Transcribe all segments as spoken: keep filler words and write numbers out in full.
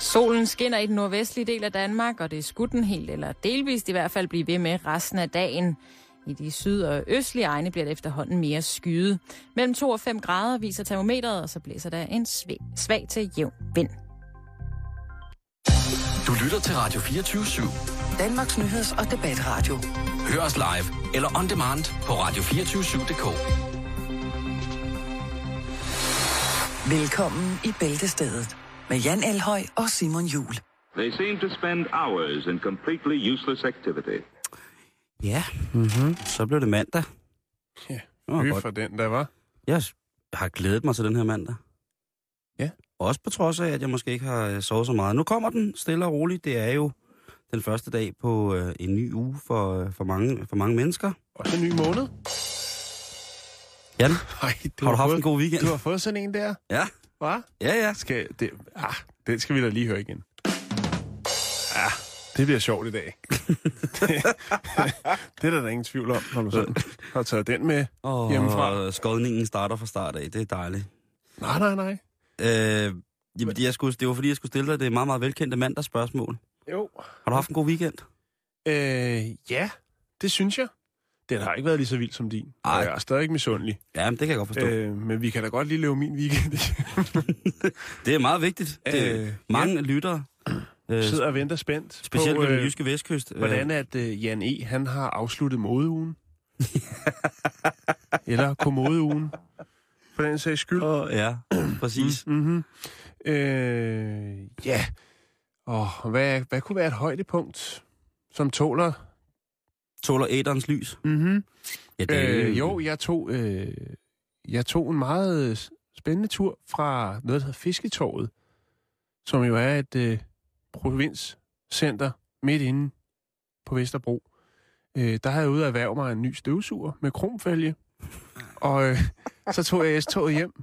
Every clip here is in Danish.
Solen skinner i den nordvestlige del af Danmark, og det skulle den helt eller delvist i hvert fald blive ved med resten af dagen. I de syd- og østlige egne bliver det efterhånden mere skyet. Mellem to og fem grader viser termometeret, og så blæser der en svag, svag til jævn vind. Du lytter til Radio fireogtyve syv. Danmarks nyheds- og debatradio. Hør os live eller on demand på radio to fire syv punktum d k. Velkommen i Bæltestedet med Jan Elhøj og Simon Juhl. They seem to spend hours in completely useless activity. Ja, mm-hmm. Så blev det mandag. Ja, oh, for den der var. Jeg har glædet mig til den her mandag. Ja. Også på trods af, at jeg måske ikke har sovet så meget. Nu kommer den stille og roligt. Det er jo den første dag på øh, en ny uge for, for, mange, for mange mennesker. Også en ny måned. Jan, Ej, du har du haft fået, en god weekend? Du har fået sådan en der? Ja. Hvad? Ja, ja. Skal, det, ah, den skal vi da lige høre igen. Ah, det bliver sjovt i dag. Det er der da ingen tvivl om, når du sådan har taget den med oh, hjemmefra. Skodningen starter fra start af. Det er dejligt. Nej, nej, nej. Øh, jamen, det, jeg skulle, det var fordi, jeg skulle stille dig det meget, meget velkendte mandagsspørgsmål. Jo. Har du haft en god weekend? Øh, ja, det synes jeg. Den har ikke været lige så vild som din. Ej. Jeg er stadig ikke misundelig. Ja, det kan jeg godt forstå. Øh, men vi kan da godt lige leve min weekend. Det er meget vigtigt. Det, øh, mange ja. lyttere øh, sidder og venter spændt specielt på ved den øh, jyske vestkyst. Hvordan at øh, Jan E. han har afsluttet modeugen. Eller kommodeugen. For den sags skyld. Oh, ja, præcis. Mm-hmm. Øh, ja. Og hvad, hvad kunne være et højdepunkt, som tåler... Tåler æderens lys? Mhm. Ja, det er... øh, jo, jeg tog, øh, jeg tog en meget spændende tur fra noget, der hedder Fisketorvet, som jo er et øh, provinscenter midt inde på Vesterbro. Øh, der havde jeg ude at erhverve mig en ny støvsuger med kromfælge, og øh, så tog jeg S-toget hjem.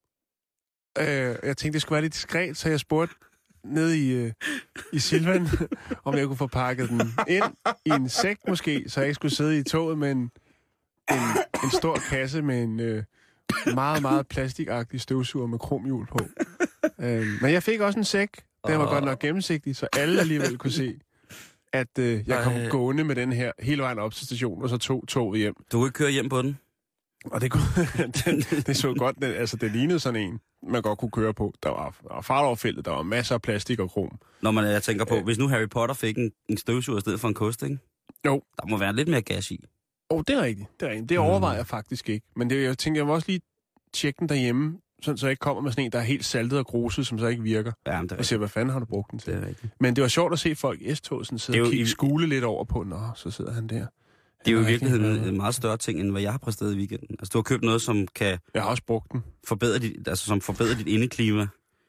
Øh, jeg tænkte, det skulle være lidt diskret, så jeg spurgte nede i, øh, i Silvan, om jeg kunne få pakket den ind i en sæk måske, så jeg ikke skulle sidde i toget med en, en, en stor kasse med en øh, meget, meget plastikagtig støvsuger med kromhjul på. Øh, men jeg fik også en sæk. Den var oh. godt nok gennemsigtig, så alle alligevel kunne se, at øh, jeg kom Ej. gående med den her hele vejen op til stationen, og så tog toget hjem. Du kunne ikke køre hjem på den? Og det, kunne, det, det så godt, det, altså det lignede sådan en, man godt kunne køre på. Der var, der var fart over feltet, der var masser af plastik og krom. Når man, jeg tænker på, øh, hvis nu Harry Potter fik en, en støvsuger i stedet for en kost, ikke? Jo. Der må være lidt mere gas i. Åh, oh, det er rigtigt. Det er rigtigt. Det overvejer jeg faktisk ikke. Men det, jeg tænker, jeg vil også lige tjekke den derhjemme, sådan, så jeg ikke kommer med sådan en, der er helt saltet og gruset, som så ikke virker. Ja, det er og se, hvad fanden har du brugt den til? Det er rigtigt. Men det var sjovt at se folk i S-toget sådan sidde og kigge, i... skule lidt over på den, og så sidder han der. Det er jo i virkeligheden en meget større ting, end hvad jeg har præsteret i weekenden. Altså, du har købt noget, som kan... Jeg har også brugt den. Forbedre dit, altså, som forbedrer dit indeklima.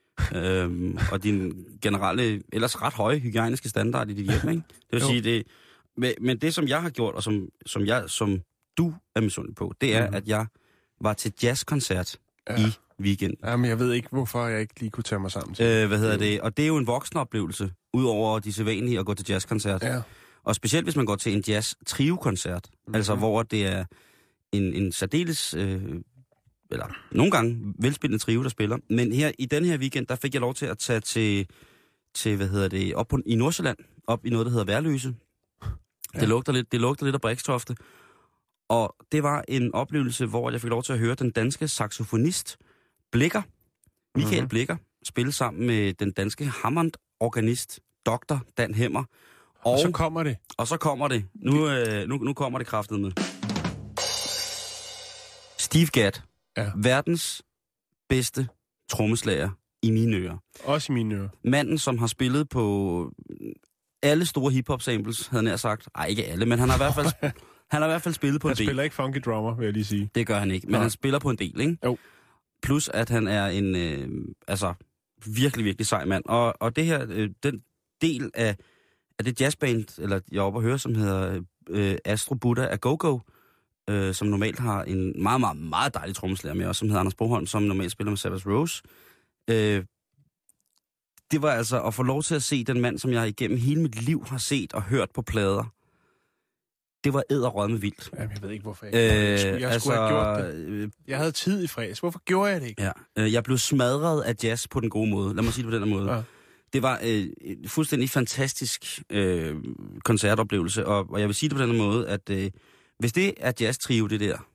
øhm, og din generelle, ellers ret høje hygiejniske standard i dit hjem, ikke? Det vil jo. sige, det... Men, men det, som jeg har gjort, og som, som, jeg, som du er misundelig på, det er, mm-hmm. at jeg var til jazzkoncert ja. i weekenden. Ja, men jeg ved ikke, hvorfor jeg ikke lige kunne tage mig sammen til. Øh, hvad hedder det? Og det er jo en voksenoplevelse, udover de sædvanlige at gå til jazzkoncert. Ja. Og specielt hvis man går til en jazz-trio-koncert, mm-hmm. altså hvor det er en, en særdeles, øh, eller nogle gange velspillende trio, der spiller. Men her i den her weekend, der fik jeg lov til at tage til, til hvad hedder det, op på, i Nordsjælland, op i noget, der hedder Værløse. Ja. Det lugter lidt, det lugter lidt af Brikstofte. Og det var en oplevelse, hvor jeg fik lov til at høre den danske saxofonist Blikker, Michael mm-hmm. Blikker, spille sammen med den danske Hammond-organist, doktor Dan Hemmer. Og, og så kommer det. Og så kommer det. Nu, øh, nu, nu kommer det kraftet med. Steve Gadd. Ja. Verdens bedste trommeslager i mine ører. Også i mine ører. Manden, som har spillet på alle store hiphop-samples, havde nær sagt. Ej, ikke alle, men han har i hvert fald, han har i hvert fald spillet på han en del. Han spiller ikke funky drummer, vil jeg lige sige. Det gør han ikke, men ja. han spiller på en del, ikke? Jo. Plus, at han er en, øh, altså, virkelig, virkelig sej mand. Og, og det her, øh, den del af af det jazzband, eller jeg er oppe at høre, som hedder øh, Astro Buddha A Go-Go, øh, som normalt har en meget, meget, meget dejlig trommeslager med, også som hedder Anders Broholm, som normalt spiller med Savage Rose. Øh, det var altså at få lov til at se den mand, som jeg igennem hele mit liv har set og hørt på plader. Det var edderrødme vildt. Jamen, jeg ved ikke, hvorfor jeg ikke. Øh, jeg skulle, jeg altså, skulle have gjort det. Jeg havde tid i fredags. Hvorfor gjorde jeg det ikke? Ja, øh, jeg blev smadret af jazz på den gode måde. Lad mig sige det på den måde. Ja. Det var øh, en fuldstændig fantastisk øh, koncertoplevelse, og, og jeg vil sige det på den måde, at øh, hvis det er jazz-trio, det der,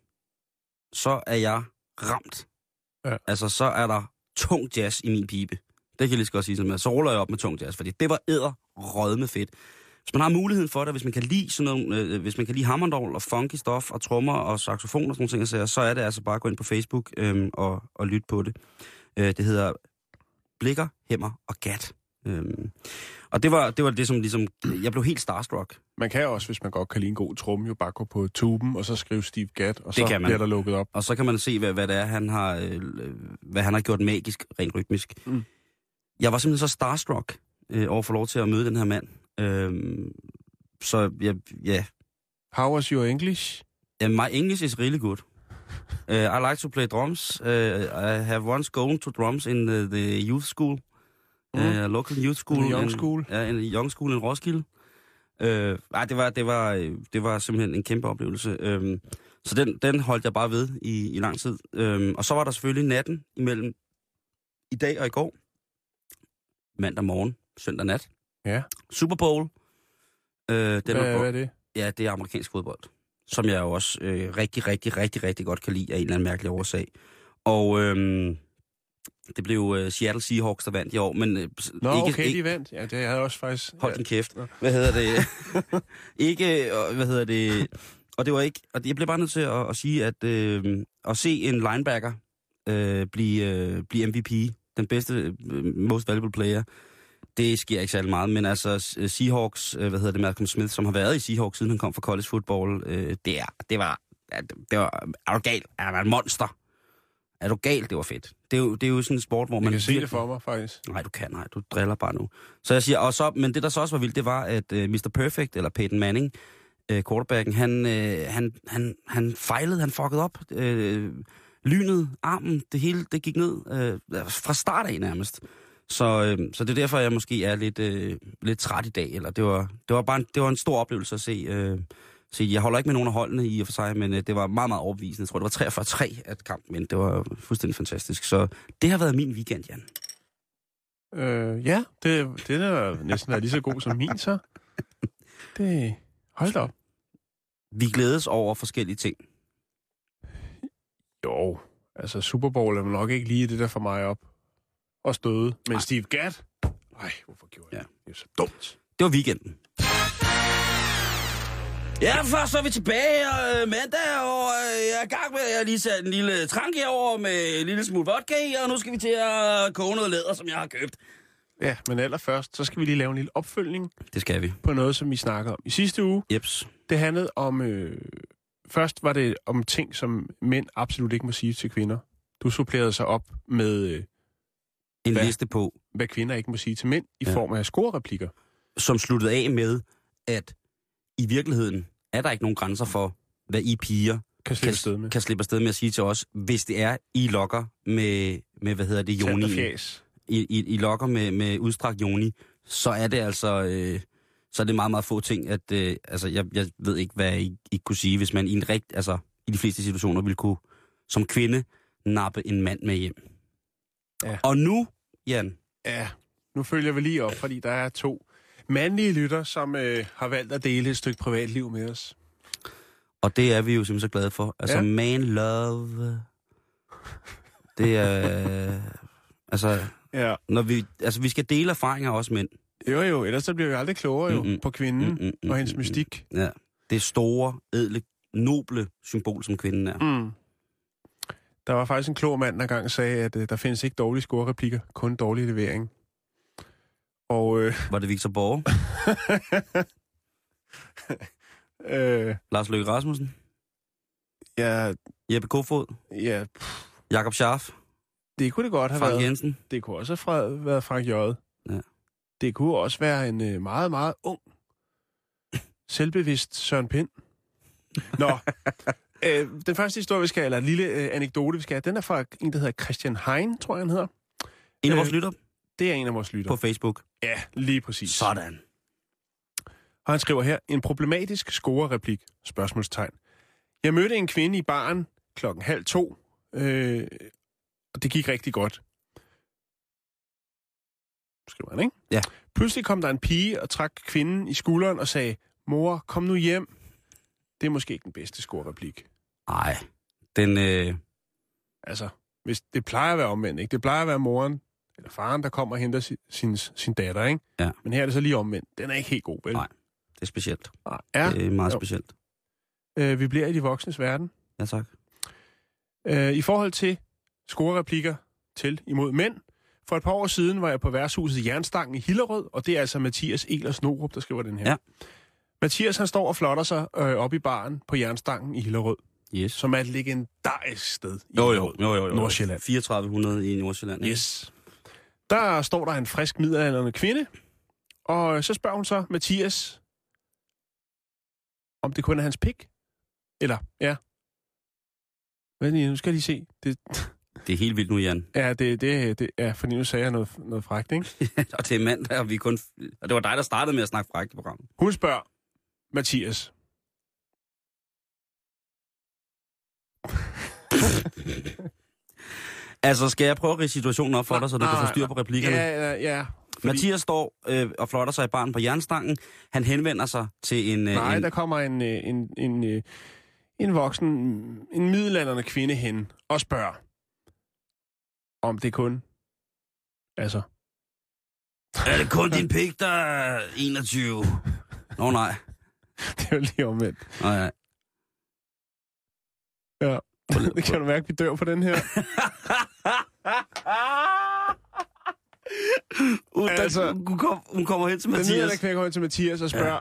så er jeg ramt. Ja. Altså, så er der tung jazz i min pibe. Det kan jeg lige så godt sige sådan med. Så ruller jeg op med tung jazz, fordi det var æder rødme fedt. Hvis man har muligheden for det, hvis man kan lide sådan nogle, øh, hvis man kan lide hammondorgel og funky stof og trommer og saxofon og sådan nogle ting, så er det altså bare at gå ind på Facebook øh, og, og lytte på det. Øh, det hedder Blikker, Hæmmer og Gat. Øhm, og det var, det var det, som ligesom... Jeg blev helt starstruck. Man kan også, hvis man godt kan lide en god tromme, jo bare gå på tuben, og så skrive Steve Gadd, og så bliver der lukket op. Og så kan man se, hvad, hvad det er, han har, øh, hvad han har gjort magisk, rent rytmisk. Mm. Jeg var simpelthen så starstruck øh, over at få lov til at møde den her mand. Øhm, så ja... Yeah. How was your English? Yeah, my English is really good. Uh, I like to play drums. Uh, I have once gone to drums in the, the youth school. Mm. Uh, local youth school. In young school. Ja, en young school i Roskilde. Uh, ej, det var, det, var, det var simpelthen en kæmpe oplevelse. Um, så den, den holdt jeg bare ved i, i lang tid. Um, og så var der selvfølgelig natten imellem i dag og i går. Mandag morgen, søndag nat. Ja. Super Bowl. Uh, den hvad, var, hvad er det? Ja, det er amerikansk fodbold. Som jeg jo også øh, rigtig, rigtig, rigtig, rigtig godt kan lide af en eller anden mærkelig årsag. Og øhm, det blev øh, Seattle Seahawks, der vandt i år, men... Øh, Nå, ikke, okay, ikke, de vandt. Ja, det havde jeg også faktisk... Hold din kæft. Hvad hedder det? ikke, hvad hedder det... Og det var ikke... Og jeg blev bare nødt til at, at sige, at øh, at se en linebacker øh, blive, øh, blive M V P, den bedste, øh, most valuable player, det sker ikke særlig meget, men altså Seahawks, hvad hedder det, Malcolm Smith, som har været i Seahawks, siden han kom fra college football, øh, det, er, det var, det var, er du gal? Er du et monster? Er du gal? Det var fedt. Det er jo, det er jo sådan en sport, hvor man... Jeg kan se det for mig, faktisk. Nej, du kan, nej, du driller bare nu. Så jeg siger, og så, men det der så også var vildt, det var, at uh, mister Perfect, eller Peyton Manning, uh, quarterbacken, han, uh, han, han, han fejlede, han fuckede op, uh, lynet, armen, det hele, det gik ned uh, fra start af nærmest. Så, øh, så det er derfor, jeg måske er lidt, øh, lidt træt i dag. Eller det var, det var bare en, det var en stor oplevelse at se. Øh, se. Jeg holder ikke med nogen af holdene i og for sig, men øh, det var meget, meget overbevisende. Jeg tror, det var treogfyrre tre at kampen, men det var fuldstændig fantastisk. Så det har været min weekend, Jan. Øh, ja, det, det er næsten været lige så god som min, så. Det, hold da op. Vi glædes over forskellige ting. Jo, altså Super Bowl er nok ikke lige det der for mig op. Og støde. Men Ej. Steve Gadd? Nej, hvorfor gjorde jeg det? Det er så dumt. Det var weekenden. Ja, først så er vi tilbage her øh, mandag, og øh, jeg er i gang med, at jeg lige sat en lille trank herover med en lille smule vodka i, og nu skal vi til at koge noget læder, som jeg har købt. Ja, men allerførst, så skal vi lige lave en lille opfølgning. Det skal vi. På noget, som vi snakkede om i sidste uge. Jeps. Det handlede om... Øh, først var det om ting, som mænd absolut ikke må sige til kvinder. Du supplerede sig op med... Øh, En hvad, liste på, hvad kvinder ikke må sige til mænd i ja. form af scorereplikker. Som sluttede af med, at i virkeligheden er der ikke nogen grænser for, hvad I piger kan slippe afsted med, kan slippe afsted med at sige til os, hvis det er, I lokker med, med hvad hedder det, joni. I, I, I lokker med, med udstrakt joni, så er det altså, øh, så er det meget, meget få ting, at, øh, altså, jeg, jeg ved ikke, hvad I, I kunne sige, hvis man i en rigt, altså, i de fleste situationer ville kunne, som kvinde, nappe en mand med hjem. Ja. Og nu, Jan? Ja, nu følger vi lige op, fordi der er to mandlige lytter, som øh, har valgt at dele et stykke privatliv med os. Og det er vi jo simpelthen så glade for. Altså, ja. Man love. Det er... Øh, altså, ja. når vi, altså, vi skal dele erfaringer også, mænd. Jo, jo, ellers så bliver vi aldrig klogere jo, mm-mm. på kvinden mm-mm. og hendes mystik. Ja, det store, edle, noble symbol, som kvinden er. Mm. Der var faktisk en klog mand, der engang sagde, at uh, der findes ikke dårlige scorereplikker, kun dårlig levering. Og, øh... Var det Victor Borge? øh... Lars Løkke Rasmussen? Ja... Jeppe Kofod? Ja... Jakob Scharf? Det kunne det godt have Frank været. Jensen? Det kunne også have været Frank J. Ja. Det kunne også være en øh, meget, meget ung, selvbevidst Søren Pind. Nå... Øh, den første historie, vi skal, eller en lille øh, anekdote, vi skal have, den er fra en, der hedder Christian Hein, tror jeg, han hedder. En af vores lytter? Det er en af vores lytter. På Facebook? Ja, lige præcis. Sådan. Og han skriver her, en problematisk scorereplik, spørgsmålstegn. Jeg mødte en kvinde i baren klokken halv to, øh, og det gik rigtig godt. skriver han, ikke? Ja. Pludselig kom der en pige og trak kvinden i skulderen og sagde, mor, kom nu hjem. Det er måske ikke den bedste skorreplik. Nej, den... Øh... Altså, hvis det plejer at være omvendt, ikke? Det plejer at være moren eller faren, der kommer og henter sin, sin, sin datter, ikke? Ja. Men her er det så lige omvendt. Den er ikke helt god, vel? Nej, det er specielt. Nej. Ja. Det er meget jo. specielt. Øh, vi bliver i de voksnes verden. Ja, tak. Øh, I forhold til scorereplikker til imod mænd. For et par år siden var jeg på værtshuset Jernstangen i Hillerød, og det er altså Mathias Ehlers Norup, der skriver den her. Ja. Mathias, han står og flotter sig øh, op i baren på Jernstangen i Hillerød, Yes. som er et legendarisk sted i Jo, jo, Hillerød, jo, jo, jo. Nordsjælland. fireogtredive hundrede i Nordsjælland. Ikke? Yes. Der står der en frisk middelaldrende kvinde, og så spørger hun så Mathias, om det kun er hans pik. Eller, ja. Hvad nu skal de se. Det, Det er helt vildt nu, Jan. ja, det, det, det er, fordi nu sagde jeg noget, noget frækt, ikke? Og det er mandag, og vi kun... Og det var dig, der startede med at snakke frækt i programmet. Hun spørger Mathias. Altså, skal jeg prøve at ridse situationen op for dig, så du Nej, kan få styr på replikkerne? Ja, ja, ja. Fordi, Mathias står øh, og flotter sig i baren på Jernstangen. Han henvender sig til en... Øh, nej, en... der kommer en, øh, en, en, en, en voksen, en middelaldrende kvinde hen og spørger, om det kun... Altså... Er det kun din pik, der er enogtyve? Nå nej. Det er jo lige omvendt. Nå ja. Ja. Det kan du mærke, vi dør på den her. Uh, Altså, altså, hun, kom, hun kommer hen til Den Mathias. der knækker hen til Mathias og spørger,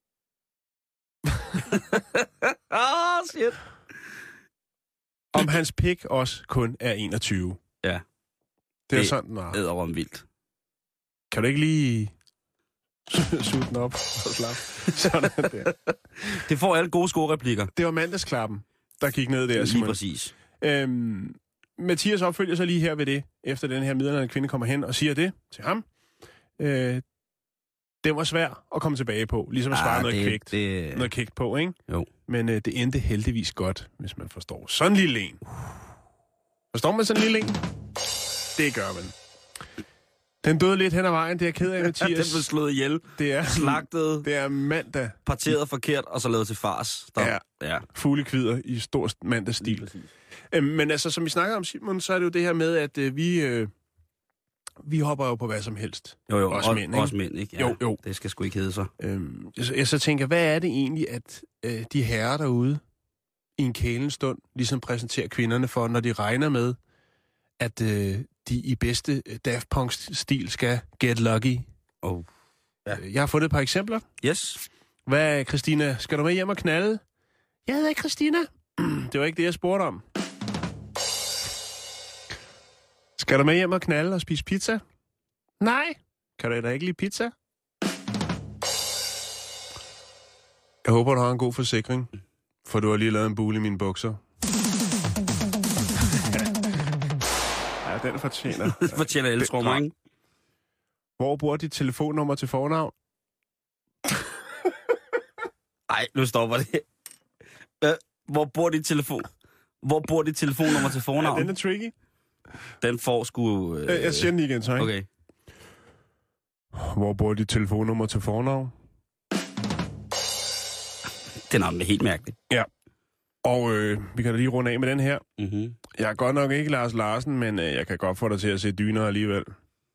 Åh, oh, shit. om hans pik også kun er enogtyve. Ja. Det er Det- sådan, den var. Æderom vildt. Kan du ikke lige suge den op og slappe? Sådan der. Det får alle gode scorereplikker. Det var mandagsklappen, der gik ned der, Lige Simon. præcis. Øhm, Mathias opfølger så lige her ved det, efter den her middelaldrende kvinde kommer hen og siger det til ham. Øh, det var svært at komme tilbage på, ligesom at svare Ah, noget det, kvægt. det, Noget kægt på, ikke? Jo. Men øh, det endte heldigvis godt, hvis man forstår. Sådan en lille en. Forstår man sådan en lille en? Det gør man. Den døde lidt hen ad vejen, det er jeg ked af, Den Mathias. blev slået ihjel, Det er, slagtet, det er mandag. parteret forkert, og så lavet til fars. Der, Ja. ja. Fuglekvider i stor mandagsstil. Øhm, men altså, som vi snakker om, Simon, så er det jo det her med, at øh, vi, øh, vi hopper jo på hvad som helst. Jo, jo, Også og, mænd, ikke? også mænd, ikke? Ja, Jo, jo. Det skal sgu ikke hedde sig. Øhm, jeg, jeg så tænker, hvad er det egentlig, at øh, de herrer derude i en kælende stund ligesom præsenterer kvinderne for, når de regner med, at øh, de i bedste øh, Daft Punk-stil skal get lucky? Oh. Ja. Øh, Jeg har fundet et par eksempler. Yes. Hvad, Christina, skal du med hjem og knalde? Jeg hedder Christina. Det var ikke det, jeg spurgte om. Skal du med hjem og knalde og spise pizza? Nej. Kan du da ikke lide pizza? Jeg håber, du har en god forsikring, for du har lige lavet en bule i mine bukser. Ja, den fortjener. Det fortæller alle, tror mig, ikke? Hvor bruger dit telefonnummer til fornavn? Ej, nu stopper det. Øh, hvor bor dit telefon? Hvor bor dit telefonnummer til fornavn? Ja, den er tricky. Den får sgu... Øh... Jeg, jeg siger den lige igen, så ikke? Okay. Hvor bruger dit telefonnummer til fornavn? Det er nok helt mærkeligt. Ja. Og øh, vi kan da lige runde af med den her. Mm-hmm. Jeg er godt nok ikke Lars Larsen, men øh, jeg kan godt få dig til at se dyner alligevel.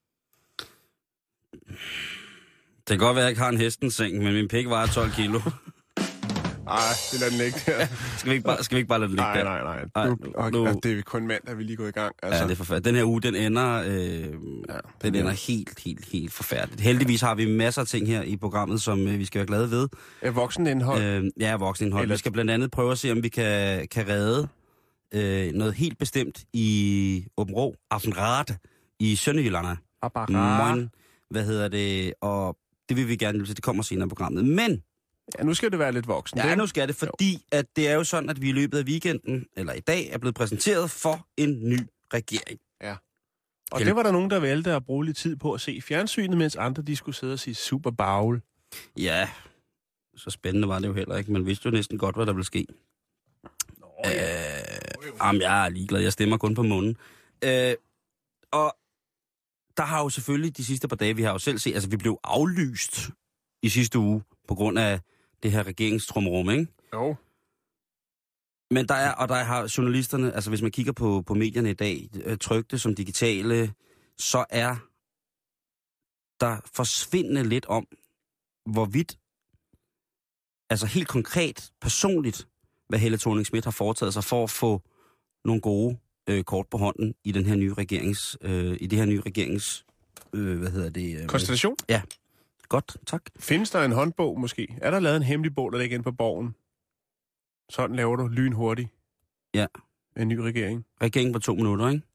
Det kan godt være, at jeg ikke har en hestenseng, men min pik vejer tolv kilo. Nej, vi lader den ligge der. Skal vi ikke bare, skal vi ikke bare lade den ligge Nej, der? nej, nej. Ej, Nu, nu- og, nu- altså, det er kun mandag, vi er lige gået i gang. Altså. Ja, det er forfærdeligt. Den her uge, den ender, øh, Ja, den ender helt, helt, helt forfærdeligt. Heldigvis har vi masser af ting her i programmet, som øh, vi skal være glade ved. Er voksenindhold? Øh, ja, voksenindhold. Eller- Vi skal blandt andet prøve at se, om vi kan, kan redde øh, noget helt bestemt i Åben Rå, Aftenrate, i Sønderjylland. Morgen, hvad hedder det, og det vil vi gerne, det kommer senere i programmet. Men, Ja, nu skal det være lidt voksen. ja, nu skal det, fordi at det er jo sådan, at vi i løbet af weekenden, eller i dag, er blevet præsenteret for en ny regering. Og det var der nogen, der valgte at bruge lidt tid på at se i fjernsynet, mens andre de skulle sidde og sige super bagle. Ja, så spændende var det jo heller ikke. Man vidste jo næsten godt, hvad der ville ske. Nå, Øh, jamen, jeg er ligeglad. Jeg stemmer kun på munden. Øh, og der har jo selvfølgelig de sidste par dage, vi har jo selv set, altså vi blev aflyst i sidste uge på grund af det her regeringstrumrum, ikke? Jo. Men der er, og der har journalisterne, altså hvis man kigger på, på medierne i dag, trykte som digitale, så er der forsvindende lidt om, hvorvidt, altså helt konkret, personligt, hvad Helle Thorning-Schmidt har foretaget sig for at få nogle gode øh, kort på hånden i den her nye regerings, øh, i det her nye regerings, øh, hvad hedder det? Øh, Konstellation? Ja, godt, tak. Findes der en håndbog måske? Er der lavet en hemmelig bog, der ligger inde på borgen? Sådan laver du lynhurtigt. Ja. En ny regering. Regeringen på to minutter, ikke?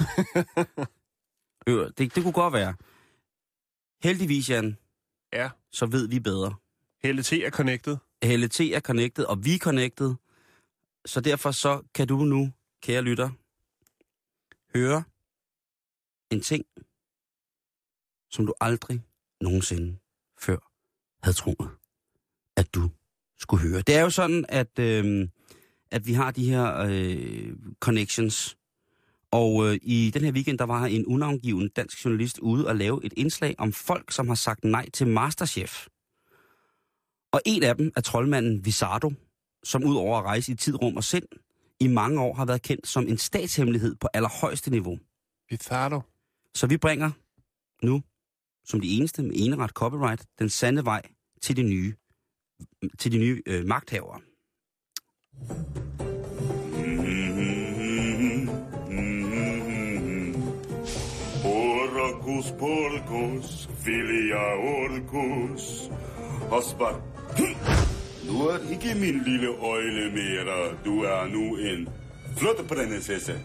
øh, det, det kunne godt være. Heldigvis, Jan, ja. Så ved vi bedre. Helle T er connected. Helle T er connected, og vi er connected. Så derfor så kan du nu, kære lytter, høre en ting, som du aldrig nogensinde før havde troet, at du skulle høre. Det er jo sådan, at, øh, at vi har de her øh, connections. Og øh, i den her weekend, der var en unavngiven dansk journalist ude og lave et indslag om folk, som har sagt nej til Masterchef. Og en af dem er troldmanden Visardo, som ud over at rejse i tid, rum og sind, i mange år har været kendt som en statshemmelighed på allerhøjeste niveau. Visardo. Så vi bringer nu, som de eneste med eneret copyright, den sande vej til de nye, til de nye øh, magthavere. Orkus, porkus, filia orkus, Osbar. Du er ikke min lille øjle mere. Du er nu en flotteprinsesse.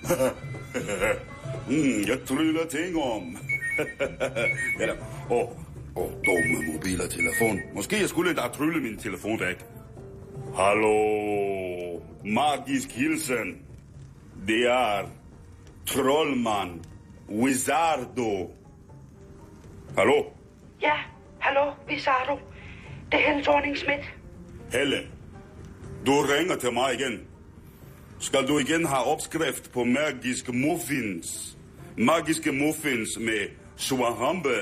mm, jeg tryller ting om. Eller, åh, oh, oh, dumme mobil og telefon. Måske jeg skulle da trylle min telefon væk. Hallo, magisk hilsen. Det er troldmand Visardo. Hallo? Ja, hallo, Visardo. Det er Helle Thorning-Schmidt. Helle, du ringer til mig igen. Skal du igen have opskrift på magiske muffins? Magiske muffins med swahambe.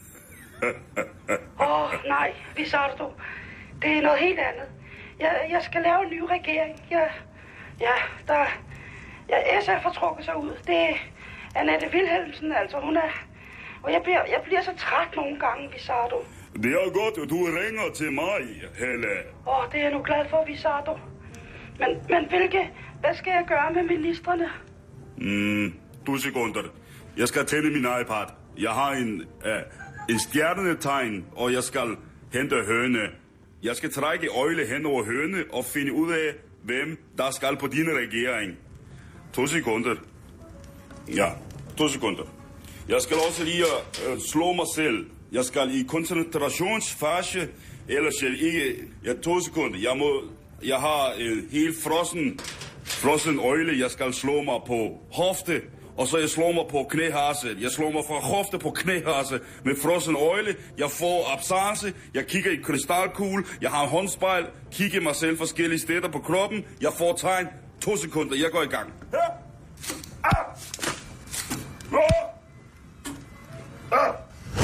Åh, oh, nej, Visardo. Det er noget helt andet. Jeg, jeg skal lave en ny regering. Jeg, ja, der... Ja, S F har trukket sig ud. Det er Annette Wilhelmsen, altså. Hun er... Og jeg bliver, jeg bliver så træt nogle gange, Visardo. Det er godt, at du ringer til mig, Helle. Åh, oh, det er jeg nu glad for, Visardo. Men, men hvilke... Hvad skal jeg gøre med ministerne? Mm, to sekunder. Jeg skal tænde min iPad. Jeg har en, uh, en stjernetegn, og jeg skal hente høne. Jeg skal trække øjle hen over høne og finde ud af, hvem der skal på din regering. To sekunder. Ja, to sekunder. Jeg skal også lige uh, slå mig selv. Jeg skal i koncentrationsfase, ellers jeg ikke... Ja, to sekunder. Jeg må... Jeg har en helt frossen, frossen øjle. Jeg skal slå mig på hofte, og så jeg slår mig på knæhase. Jeg slår mig fra hofte på knæhase med frossen øjle. Jeg får absence. Jeg kigger i krystalkugle. Jeg har en håndspejl. Kigger mig selv forskellige steder på kroppen. Jeg får tegn. To sekunder. Jeg går i gang. Ja. Ah. Ah.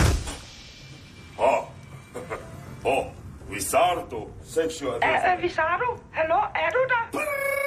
Ah. Oh. Visardo, sexual... Er, er Visardo? Hallo, er du der?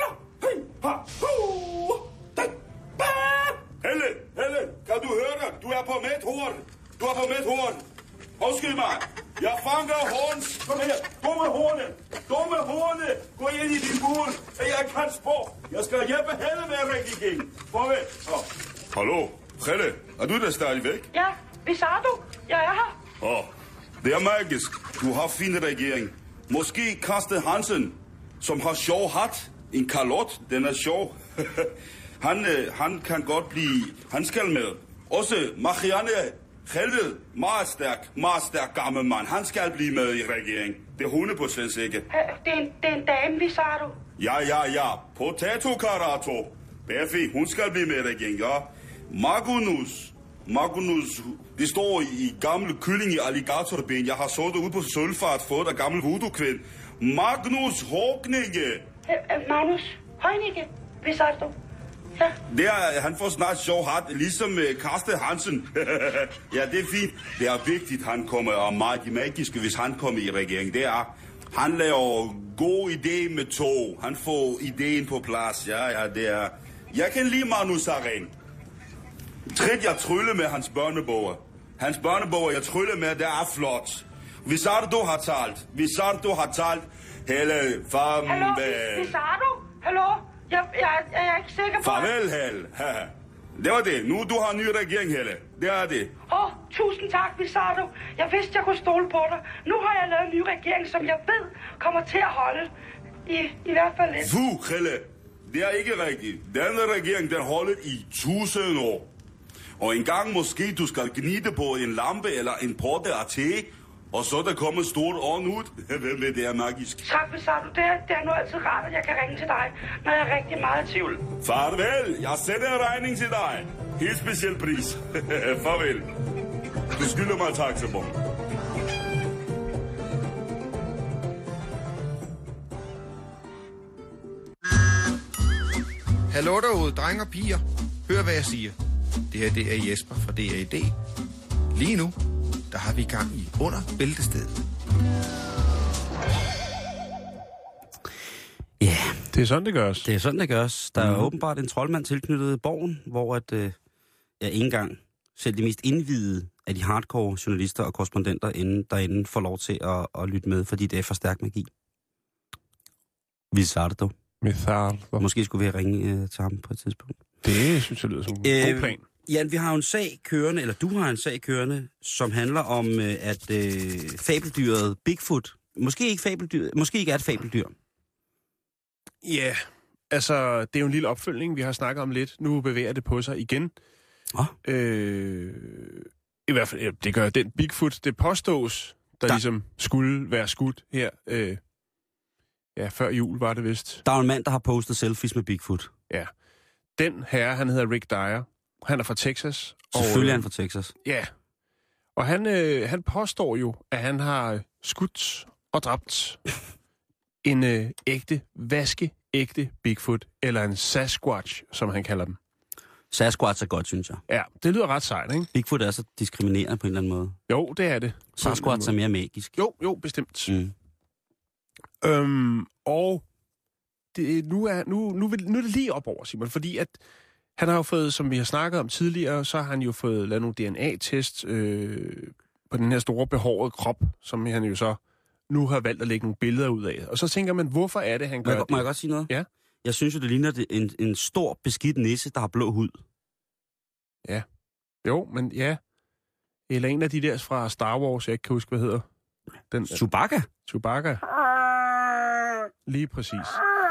Helle, Helle, kan du høre? Du er på mit horn. Du er på mit horn. Undskyld mig. Jeg fanger horns. Kom her. Dumme horne. Dumme horne. Gå ind i din bur. Jeg kan spå. Jeg skal hjælpe Helle med at række igen. Farvel. Oh. Hallo, Helle. Er du der stadigvæk? Ja, Visardo. Jeg er her. Åh. Oh. Det er magisk. Du har fin regering. Måske Karsten Hansen, som har sjov hat. En kalot, den er sjov. han, øh, han kan godt blive... Han skal med. Også Marianne Helved, meget stærk, meget stærk gammel mand. Han skal blive med i regering. Det er hunde på svenske. Det er en, det er en dame, Visardo. Ja, ja, ja. Potato Karato. Perfekt. Hun skal blive med i regering, ja. Magnus... Magnus, det står i gamle kylling i alligatorben. Jeg har så det ude på Sølfart, fået af gammel voodoo-kvind. Magnus Højninge. Magnus Højninge, Visardo. Ja. Det er, han får snart sjov hat, ligesom uh, Karsten Hansen. Ja, det er fint. Det er vigtigt, han kommer, og meget magisk, hvis han kommer i regeringen. Det er, han laver god idé med tog. Han får ideen på plads. Ja, ja, det er... Jeg kan lide Manu Sareen. Trit, jeg trylle med hans børneboger. Hans børneboger, jeg trylle med, det er flot. Hvis du har talt, hvis du har talt, hele fam... Hallo, hvis du? Hallo? Jeg, jeg, jeg er ikke sikker på... Farvel, Helle. Det var det. Nu du har en ny regering, Helle. Det er det. Åh, oh, tusind tak, Visardo. Jeg vidste, jeg kunne stole på dig. Nu har jeg lavet en ny regering, som jeg ved kommer til at holde. I, i hvert fald lidt. Fu, Helle. Det er ikke rigtigt. Denne regering, den holder i tusind år. Og en gang måske du skal gnide på en lampe eller en porte af te, og så der kommer stort ånd ud. Hvem ved, det er magisk. Tak, Visardo. Det er, det er nu altid rart, at jeg kan ringe til dig, når jeg er rigtig meget i tvivl. Farvel. Jeg sender en regning til dig. Helt speciel pris. Farvel. Du skylder mig taxabon. Hallo derude, drenge og piger. Hør, hvad jeg siger. Det her, det er Jesper fra D A D. Lige nu, der har vi gang i Under Bæltestedet. Ja, yeah. Det er sådan, det gøres. Det er sådan, det gøres. Der er mm. åbenbart en troldmand tilknyttet Borgen, hvor at, øh, jeg ikke engang selv de mest indvidede af de hardcore journalister og korrespondenter inden, derinde får lov til at, at lytte med, fordi det er for stærk magi. Vi starter dog. Måske skulle vi ringe øh, til ham på et tidspunkt. Det synes jeg lyder som en øh, god plan. Jan, vi har jo en sag kørende, eller du har en sag kørende, som handler om, øh, at øh, fabeldyret Bigfoot, måske ikke fabeldyr, måske ikke er et fabeldyr. Ja, yeah. Altså, det er jo en lille opfølgning, vi har snakket om lidt. Nu bevæger det på sig igen. Oh. Øh, I hvert fald, det gør den Bigfoot, det påstås, der, der ligesom skulle være skudt her. Øh, ja, før jul var det vist. Der er en mand, der har postet selfies med Bigfoot. Ja. Den herre, han hedder Rick Dyer. Han er fra Texas. Selvfølgelig og, er han fra Texas. Ja. Og han, øh, han påstår jo, at han har skudt og dræbt en øh, ægte, vaskeægte Bigfoot, eller en Sasquatch, som han kalder dem. Sasquatch er godt, synes jeg. Ja, det lyder ret sejt, ikke? Bigfoot er så diskriminerende på en eller anden måde. Jo, det er det. Sasquatch er mere magisk. Jo, jo, bestemt. Mm. Øhm, og det, nu, er, nu, nu, nu er det lige op over, Simon, fordi at han har jo fået, som vi har snakket om tidligere, så har han jo fået lavet nogle D N A-test øh, på den her store behårede krop, som han jo så nu har valgt at lægge nogle billeder ud af. Og så tænker man, hvorfor er det, han gør må jeg, det? Må jeg godt sige noget? Ja. Jeg synes jo, det ligner en, en stor, beskidt nisse, der har blå hud. Ja. Jo, men ja. Eller en af de der fra Star Wars, jeg ikke kan huske, hvad hedder. Den, Chewbacca? Chewbacca. Lige præcis.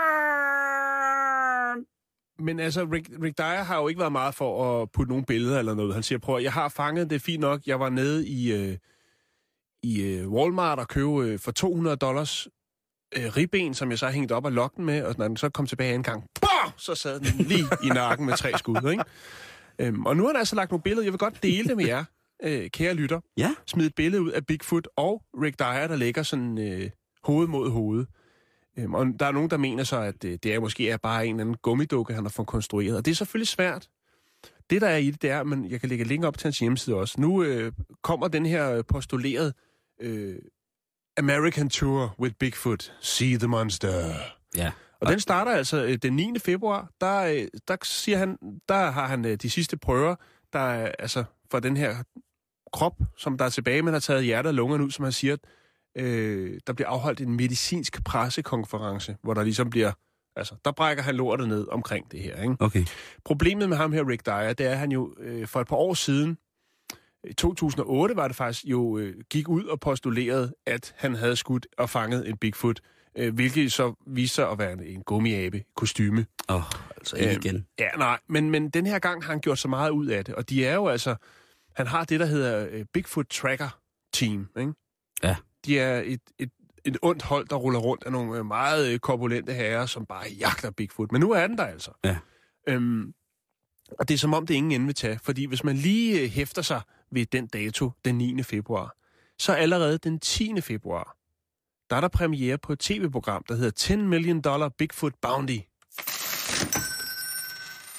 Men altså, Rick, Rick Dyer har jo ikke været meget for at putte nogle billeder eller noget. Han siger, prøv, jeg har fanget det fint nok. Jeg var nede i, øh, i øh, Walmart og købe øh, for to hundrede dollars øh, ribben, som jeg så hængte op og loggen med, og når den så kom tilbage en gang, boah, så sad den lige i nakken med tre skud, ikke? Øhm, og nu har han altså lagt nogle billeder. Jeg vil godt dele det med jer, øh, kære lytter. Ja. Smid et billede ud af Bigfoot og Rick Dyer, der ligger sådan øh, hoved mod hoved. Øhm, og der er nogen, der mener så, at øh, det er måske er bare en eller anden gummidukke, han har fået konstrueret. Og det er selvfølgelig svært. Det, der er i det, det er, men jeg kan lægge link op til hans hjemmeside også. Nu øh, kommer den her postuleret øh, American Tour with Bigfoot. See the monster. Ja. Og den starter altså øh, den niende februar. Der, øh, der siger han, der har han øh, de sidste prøver, der er altså for den her krop, som der er tilbage, man har taget hjertet og lungerne ud, som han siger, øh, der bliver afholdt en medicinsk pressekonference, hvor der ligesom bliver, altså, der brækker han lortet ned omkring det her, ikke? Okay. Problemet med ham her, Rick Dyer, det er, at han jo øh, for et par år siden, i to tusind og otte var det faktisk, jo øh, gik ud og postulerede, at han havde skudt og fanget en Bigfoot, øh, hvilket så viste sig at være en, en gummiabe kostyme. Åh, oh, altså ikke øh, igen. Ja, nej, men, men den her gang har han gjort så meget ud af det, og de er jo altså, han har det, der hedder øh, Bigfoot Tracker Team, ikke? Ja. De er et, et, et ondt hold, der ruller rundt af nogle meget korpulente herrer, som bare jagter Bigfoot. Men nu er den der altså. Ja. Øhm, og det er som om, det ingen ende vil tage. Fordi hvis man lige hæfter sig ved den dato, den niende februar, så allerede den tiende februar, der er der premiere på et tv-program, der hedder ten million dollar Bigfoot Bounty.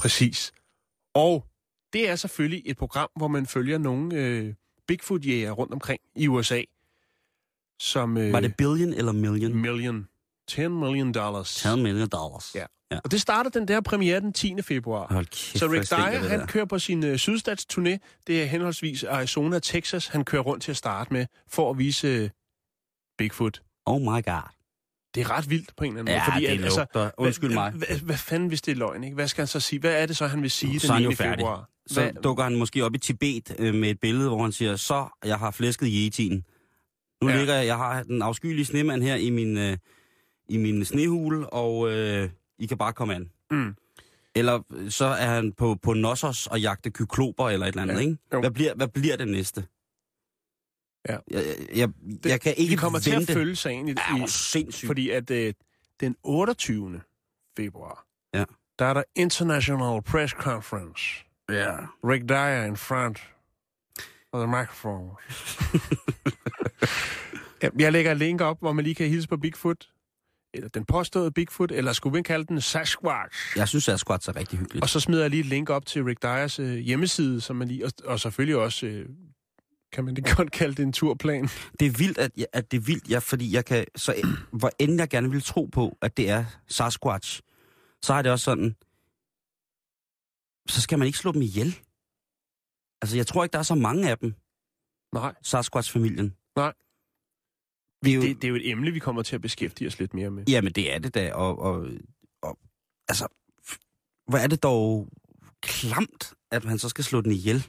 Præcis. Og det er selvfølgelig et program, hvor man følger nogle øh, Bigfoot-jæger rundt omkring i U S A. Som, øh, Var det billion eller million? Million. ti million dollars. ti million dollars. Ja. ja. Og det starter den der premiere den tiende februar. Hold kæft, så Rick Dyer, han der. kører på sin øh, sydstatsturné. Det er henholdsvis Arizona og Texas, han kører rundt til at starte med, for at vise øh, Bigfoot. Oh my god. Det er ret vildt på en eller anden ja, måde. Fordi, det at, altså, lugter. Undskyld mig. Hvad, hvad, hvad fanden hvis det er løgn, ikke? Hvad skal han så sige? Hvad er det så, han vil sige så den niende februar? Så hvad? dukker han måske op i Tibet øh, med et billede, hvor han siger, så jeg har flæsket yetien. Nu ja. ligger jeg, jeg har den afskyelige snemand her i min, øh, i min snehule, og øh, I kan bare komme an. Mm. Eller så er han på, på Nossos og jagte kykloper eller et eller andet, ja. Ikke? Hvad bliver, hvad bliver det næste? Ja. Jeg, jeg, det, jeg kan ikke vi kommer vente. til at følge sagen i, ja, i sindssygt. Fordi at øh, den otteogtyvende februar, ja. der er der International Press Conference. Ja. Rick Dyer in front of the microphone. Jeg lægger et link op, hvor man lige kan hilse på Bigfoot. Eller den påståede Bigfoot, eller skulle vi kalde den Sasquatch? Jeg synes, Sasquatch er rigtig hyggeligt. Og så smider jeg lige et link op til Rick Dyers øh, hjemmeside, som man lige, og, og selvfølgelig også, øh, kan man det godt kalde det en turplan. Det er vildt, at, at det er vildt, ja, fordi jeg kan, så hvor end jeg gerne vil tro på, at det er Sasquatch, så er det også sådan, så skal man ikke slå dem ihjel. Altså, jeg tror ikke, der er så mange af dem. Nej. Sasquatch-familien. Nej. Vi jo... det, det er jo et emne, vi kommer til at beskæftige os lidt mere med. Jamen, det er det da, og, og, og altså, hvor er det dog klamt, at man så skal slå den ihjel?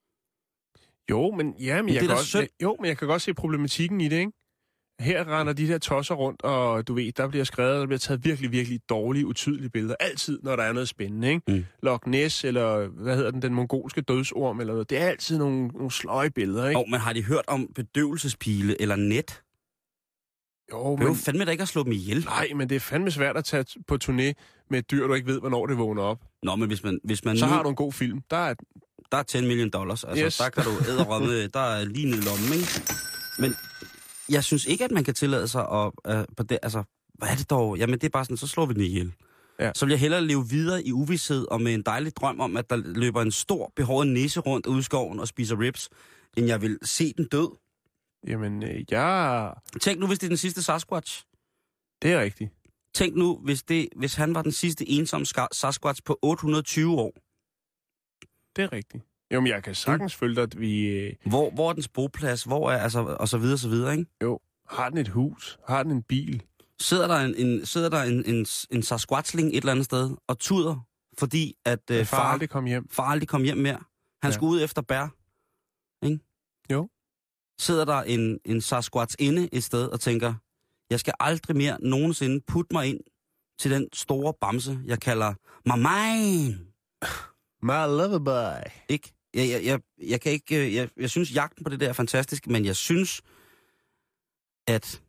Jo, men, ja, men, men jeg, kan også, jo, men jeg kan godt se problematikken i det, ikke? Her render de der tosser rundt, og du ved, der bliver skrevet, der bliver taget virkelig, virkelig dårlige, utydelige billeder. Altid, når der er noget spændende, ikke? Mm. Loch Ness, eller hvad hedder den, den mongolske dødsorm, eller noget. Det er altid nogle, nogle sløje billeder, ikke? Og men har de hørt om bedøvelsespile eller net? Jo, men... Det er jo fandme da ikke at slå dem ihjel. Nej, men det er fandme svært at tage på turné med et dyr, du ikke ved, hvornår det vågner op. Nå, men hvis man... Hvis man så nu... har du en god film. Der er... Der er ti million dollars. Altså, yes. Der kan du æderrømme, der er lige ned i lommen, ikke? Men jeg synes ikke, at man kan tillade sig at... Uh, på det, altså, hvad er det dog? Jamen, det er bare sådan, så slår vi den ihjel. Ja. Så vil jeg hellere leve videre i uvished og med en dejlig drøm om, at der løber en stor, behåret nisse rundt ude i skoven og spiser ribs, end jeg vil se den død. Jamen, øh, jeg... Tænk nu, hvis det er den sidste Sasquatch. Det er rigtigt. Tænk nu, hvis, det, hvis han var den sidste ensomme Sasquatch på otte hundrede og tyve år. Det er rigtigt. Jo, men jeg kan sagtens mm. følge dig, at vi... Øh... Hvor, hvor er dens boplads? Hvor er, altså, og så videre, så videre, ikke? Jo. Har den et hus? Har den en bil? Sidder der en, en, sidder der en, en, en Sasquatchling et eller andet sted og tuder, fordi at øh, far, far aldrig kom hjem. Far aldrig kom hjem mere. Han ja. skulle ud efter bær. Ikke? Jo. Sidder der en, en Sasquatch inde et sted og tænker, jeg skal aldrig mere nogensinde putte mig ind til den store bamse, jeg kalder my mine. My loverboy. Ikke? Jeg, jeg, jeg, jeg kan ikke... Jeg, jeg synes, jagten på det der er fantastisk, men jeg synes, at...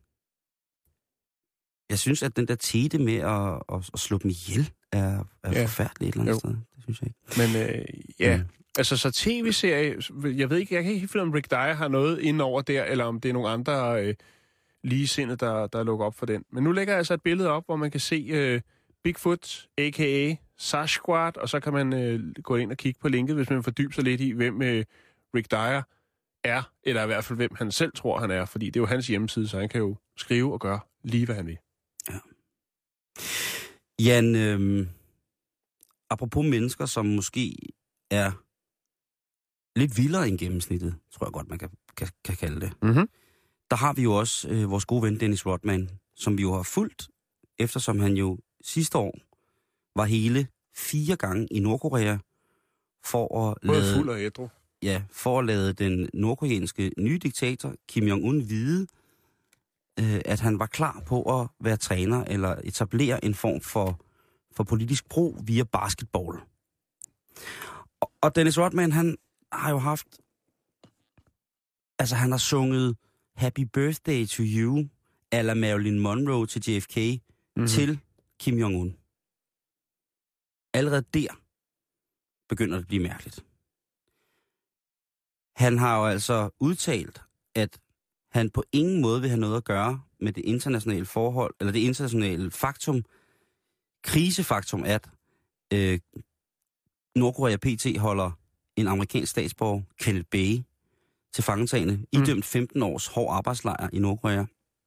Jeg synes, at den der tete med at, at, at slå dem ihjel er, er ja. forfærdelig et eller andet jo. sted. Det synes jeg ikke. Men øh, ja, mm. altså så tv-serie... Jeg ved ikke, jeg kan ikke finde, om Rick Dyer har noget ind over der, eller om det er nogle andre øh, ligesindede, der, der lukker op for den. Men nu lægger jeg altså et billede op, hvor man kan se øh, Bigfoot, a k a. Sasquatch, og så kan man øh, gå ind og kigge på linket, hvis man fordyber sig lidt i, hvem øh, Rick Dyer er, eller i hvert fald, hvem han selv tror, han er, fordi det er jo hans hjemmeside, så han kan jo skrive og gøre lige, hvad han vil. Ja. Jan, øh, apropos mennesker, som måske er lidt vildere end gennemsnittet, tror jeg godt, man kan, kan, kan kalde det. Mm-hmm. Der har vi jo også øh, vores gode ven Dennis Rodman, som vi jo har fulgt, eftersom han jo sidste år var hele fire gange i Nordkorea for at Både lade, fuld og ædru. Ja, for at lade den nordkoreanske nye diktator Kim Jong-un vide, øh, at han var klar på at være træner eller etablere en form for, for politisk brug via basketball. Og, og Dennis Rodman, han har jo haft... Altså, han har sunget Happy Birthday to You, a la Marilyn Monroe til J F K, mm-hmm. til Kim Jong-un. Allerede der begynder det at blive mærkeligt. Han har jo altså udtalt, at han på ingen måde vil have noget at gøre med det internationale forhold, eller det internationale faktum, krisefaktum, at øh, Nordkorea P T holder en amerikansk statsborger, Kenneth Bae, til fangetagende, mm. idømt femten års hård arbejdslejr i Nordkorea.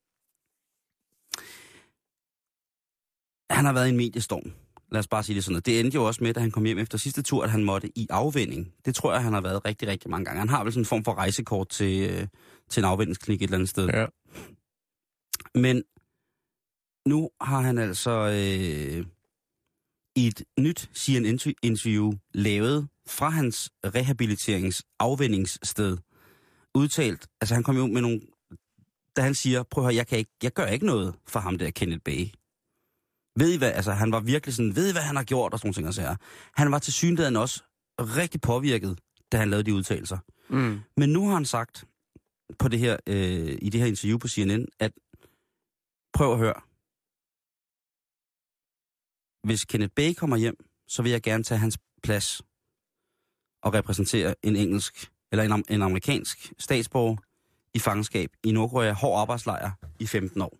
Han har været i en mediestorm. Lad os bare sige det sådan noget. Det endte jo også med, da han kom hjem efter sidste tur, at han måtte i afvinding. Det tror jeg, han har været rigtig, rigtig mange gange. Han har vel sådan en form for rejsekort til, øh, til en afvindingsklinik et eller andet sted. Ja. Men nu har han altså øh, i et nyt C N N-interview lavet fra hans rehabiliterings-afvindingssted udtalt, altså han kom jo med nogle, da han siger, prøv at høre, jeg, kan ikke, jeg gør ikke noget for ham der, Kenneth Bae. Ved I hvad, altså han var virkelig sådan, ved I hvad han har gjort, og sådan nogle ting og sager. Han var til synligheden også rigtig påvirket, da han lavede de udtalelser. Mm. Men nu har han sagt, på det her, øh, i det her interview på C N N, at prøv at høre, hvis Kenneth Bae kommer hjem, så vil jeg gerne tage hans plads og repræsentere en engelsk, eller en, en amerikansk statsborger i fangenskab i Nordkorea, hård arbejdslejr i femten år.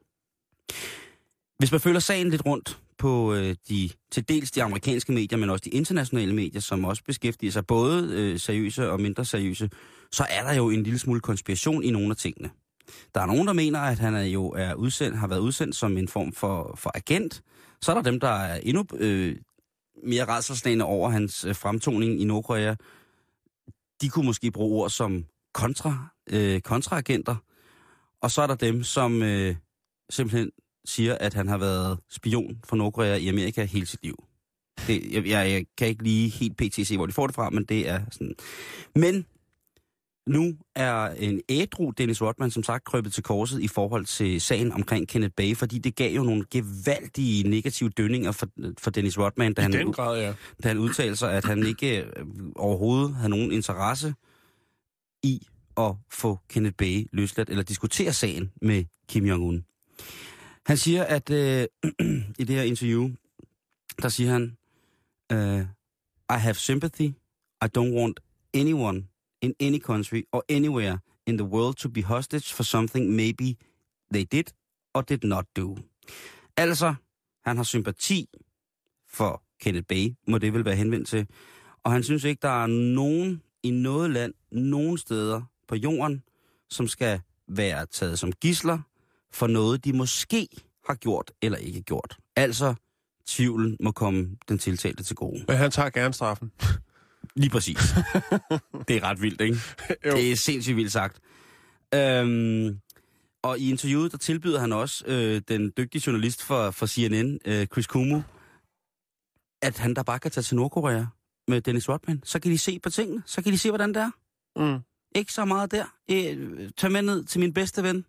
Hvis man følger sagen lidt rundt på øh, de, til dels de amerikanske medier, men også de internationale medier, som også beskæftiger sig både øh, seriøse og mindre seriøse, så er der jo en lille smule konspiration i nogle af tingene. Der er nogen, der mener, at han er jo er udsendt, har været udsendt som en form for, for agent. Så er der dem, der er endnu øh, mere rædselsslagne over hans øh, fremtoning i Nordkorea. De kunne måske bruge ord som kontra, øh, kontraagenter. Og så er der dem, som øh, simpelthen siger, at han har været spion for Nordkorea i Amerika hele sit liv. Det, jeg, jeg kan ikke lige helt pt. Se, hvor de får det fra, men det er sådan. Men nu er en ædru Dennis Rodman som sagt krøbet til korset i forhold til sagen omkring Kenneth Bae, fordi det gav jo nogle gevaldige negative dønninger for, for Dennis Rodman, da han, grad, ja. da han udtalte sig, at han ikke øh, overhovedet havde nogen interesse i at få Kenneth Bae løsladt eller diskutere sagen med Kim Jong-un. Han siger, at øh, i det her interview, der siger han, uh, I have sympathy, I don't want anyone in any country or anywhere in the world to be hostage for something maybe they did or did not do. Altså, han har sympati for Kenneth Bae, må det vel være henvendt til. Og han synes ikke, der er nogen i noget land, nogen steder på jorden, som skal være taget som gidsler for noget, de måske har gjort eller ikke gjort. Altså, tvivlen må komme den tiltalte til gode. Men han tager gerne straffen. Lige præcis. Det er ret vildt, ikke? Det er sindssygt vildt sagt. Øhm, og i interviewet, der tilbyder han også øh, den dygtige journalist for, for C N N, øh, Chris Cuomo, at han der bare kan tage til Nordkorea med Dennis Rodman. Så kan de se på tingene. Så kan de se, hvordan det er. Mm. Ikke så meget der. Øh, tag med ned til min bedste ven,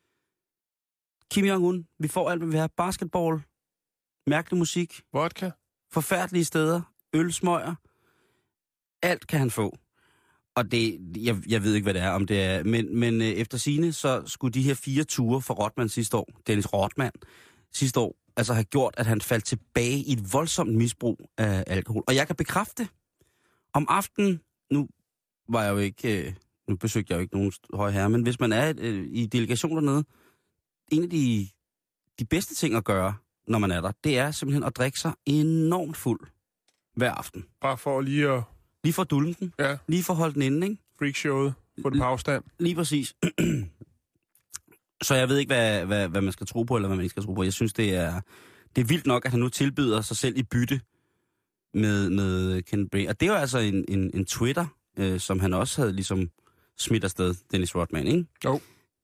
Kim Jong-un. Vi får alt, hvad vi har. Basketball, mærkelig musik, vodka, forfærdelige steder, ølsmøger. Alt kan han få. Og det, jeg, jeg ved ikke, hvad det er, om det er, men, men øh, efter sigende, så skulle de her fire ture for Rodman sidste år, Dennis Rodman, sidste år, altså have gjort, at han faldt tilbage i et voldsomt misbrug af alkohol. Og jeg kan bekræfte, om aftenen, nu var jeg jo ikke, øh, nu besøgte jeg jo ikke nogen høje herre, men hvis man er øh, i delegation dernede, en af de, de bedste ting at gøre, når man er der, det er simpelthen at drikke sig enormt fuld hver aften. Bare for lige at... Lige for dulden den. Ja. Lige for holde den inde, ikke? Freakshowet. Få det på afstand. Lige præcis. Så jeg ved ikke, hvad, hvad, hvad man skal tro på, eller hvad man ikke skal tro på. Jeg synes, det er, det er vildt nok, at han nu tilbyder sig selv i bytte med, med Kenneth Bae. Og det er jo altså en, en, en Twitter, øh, som han også havde ligesom smidt afsted, Dennis Rodman, ikke? Jo.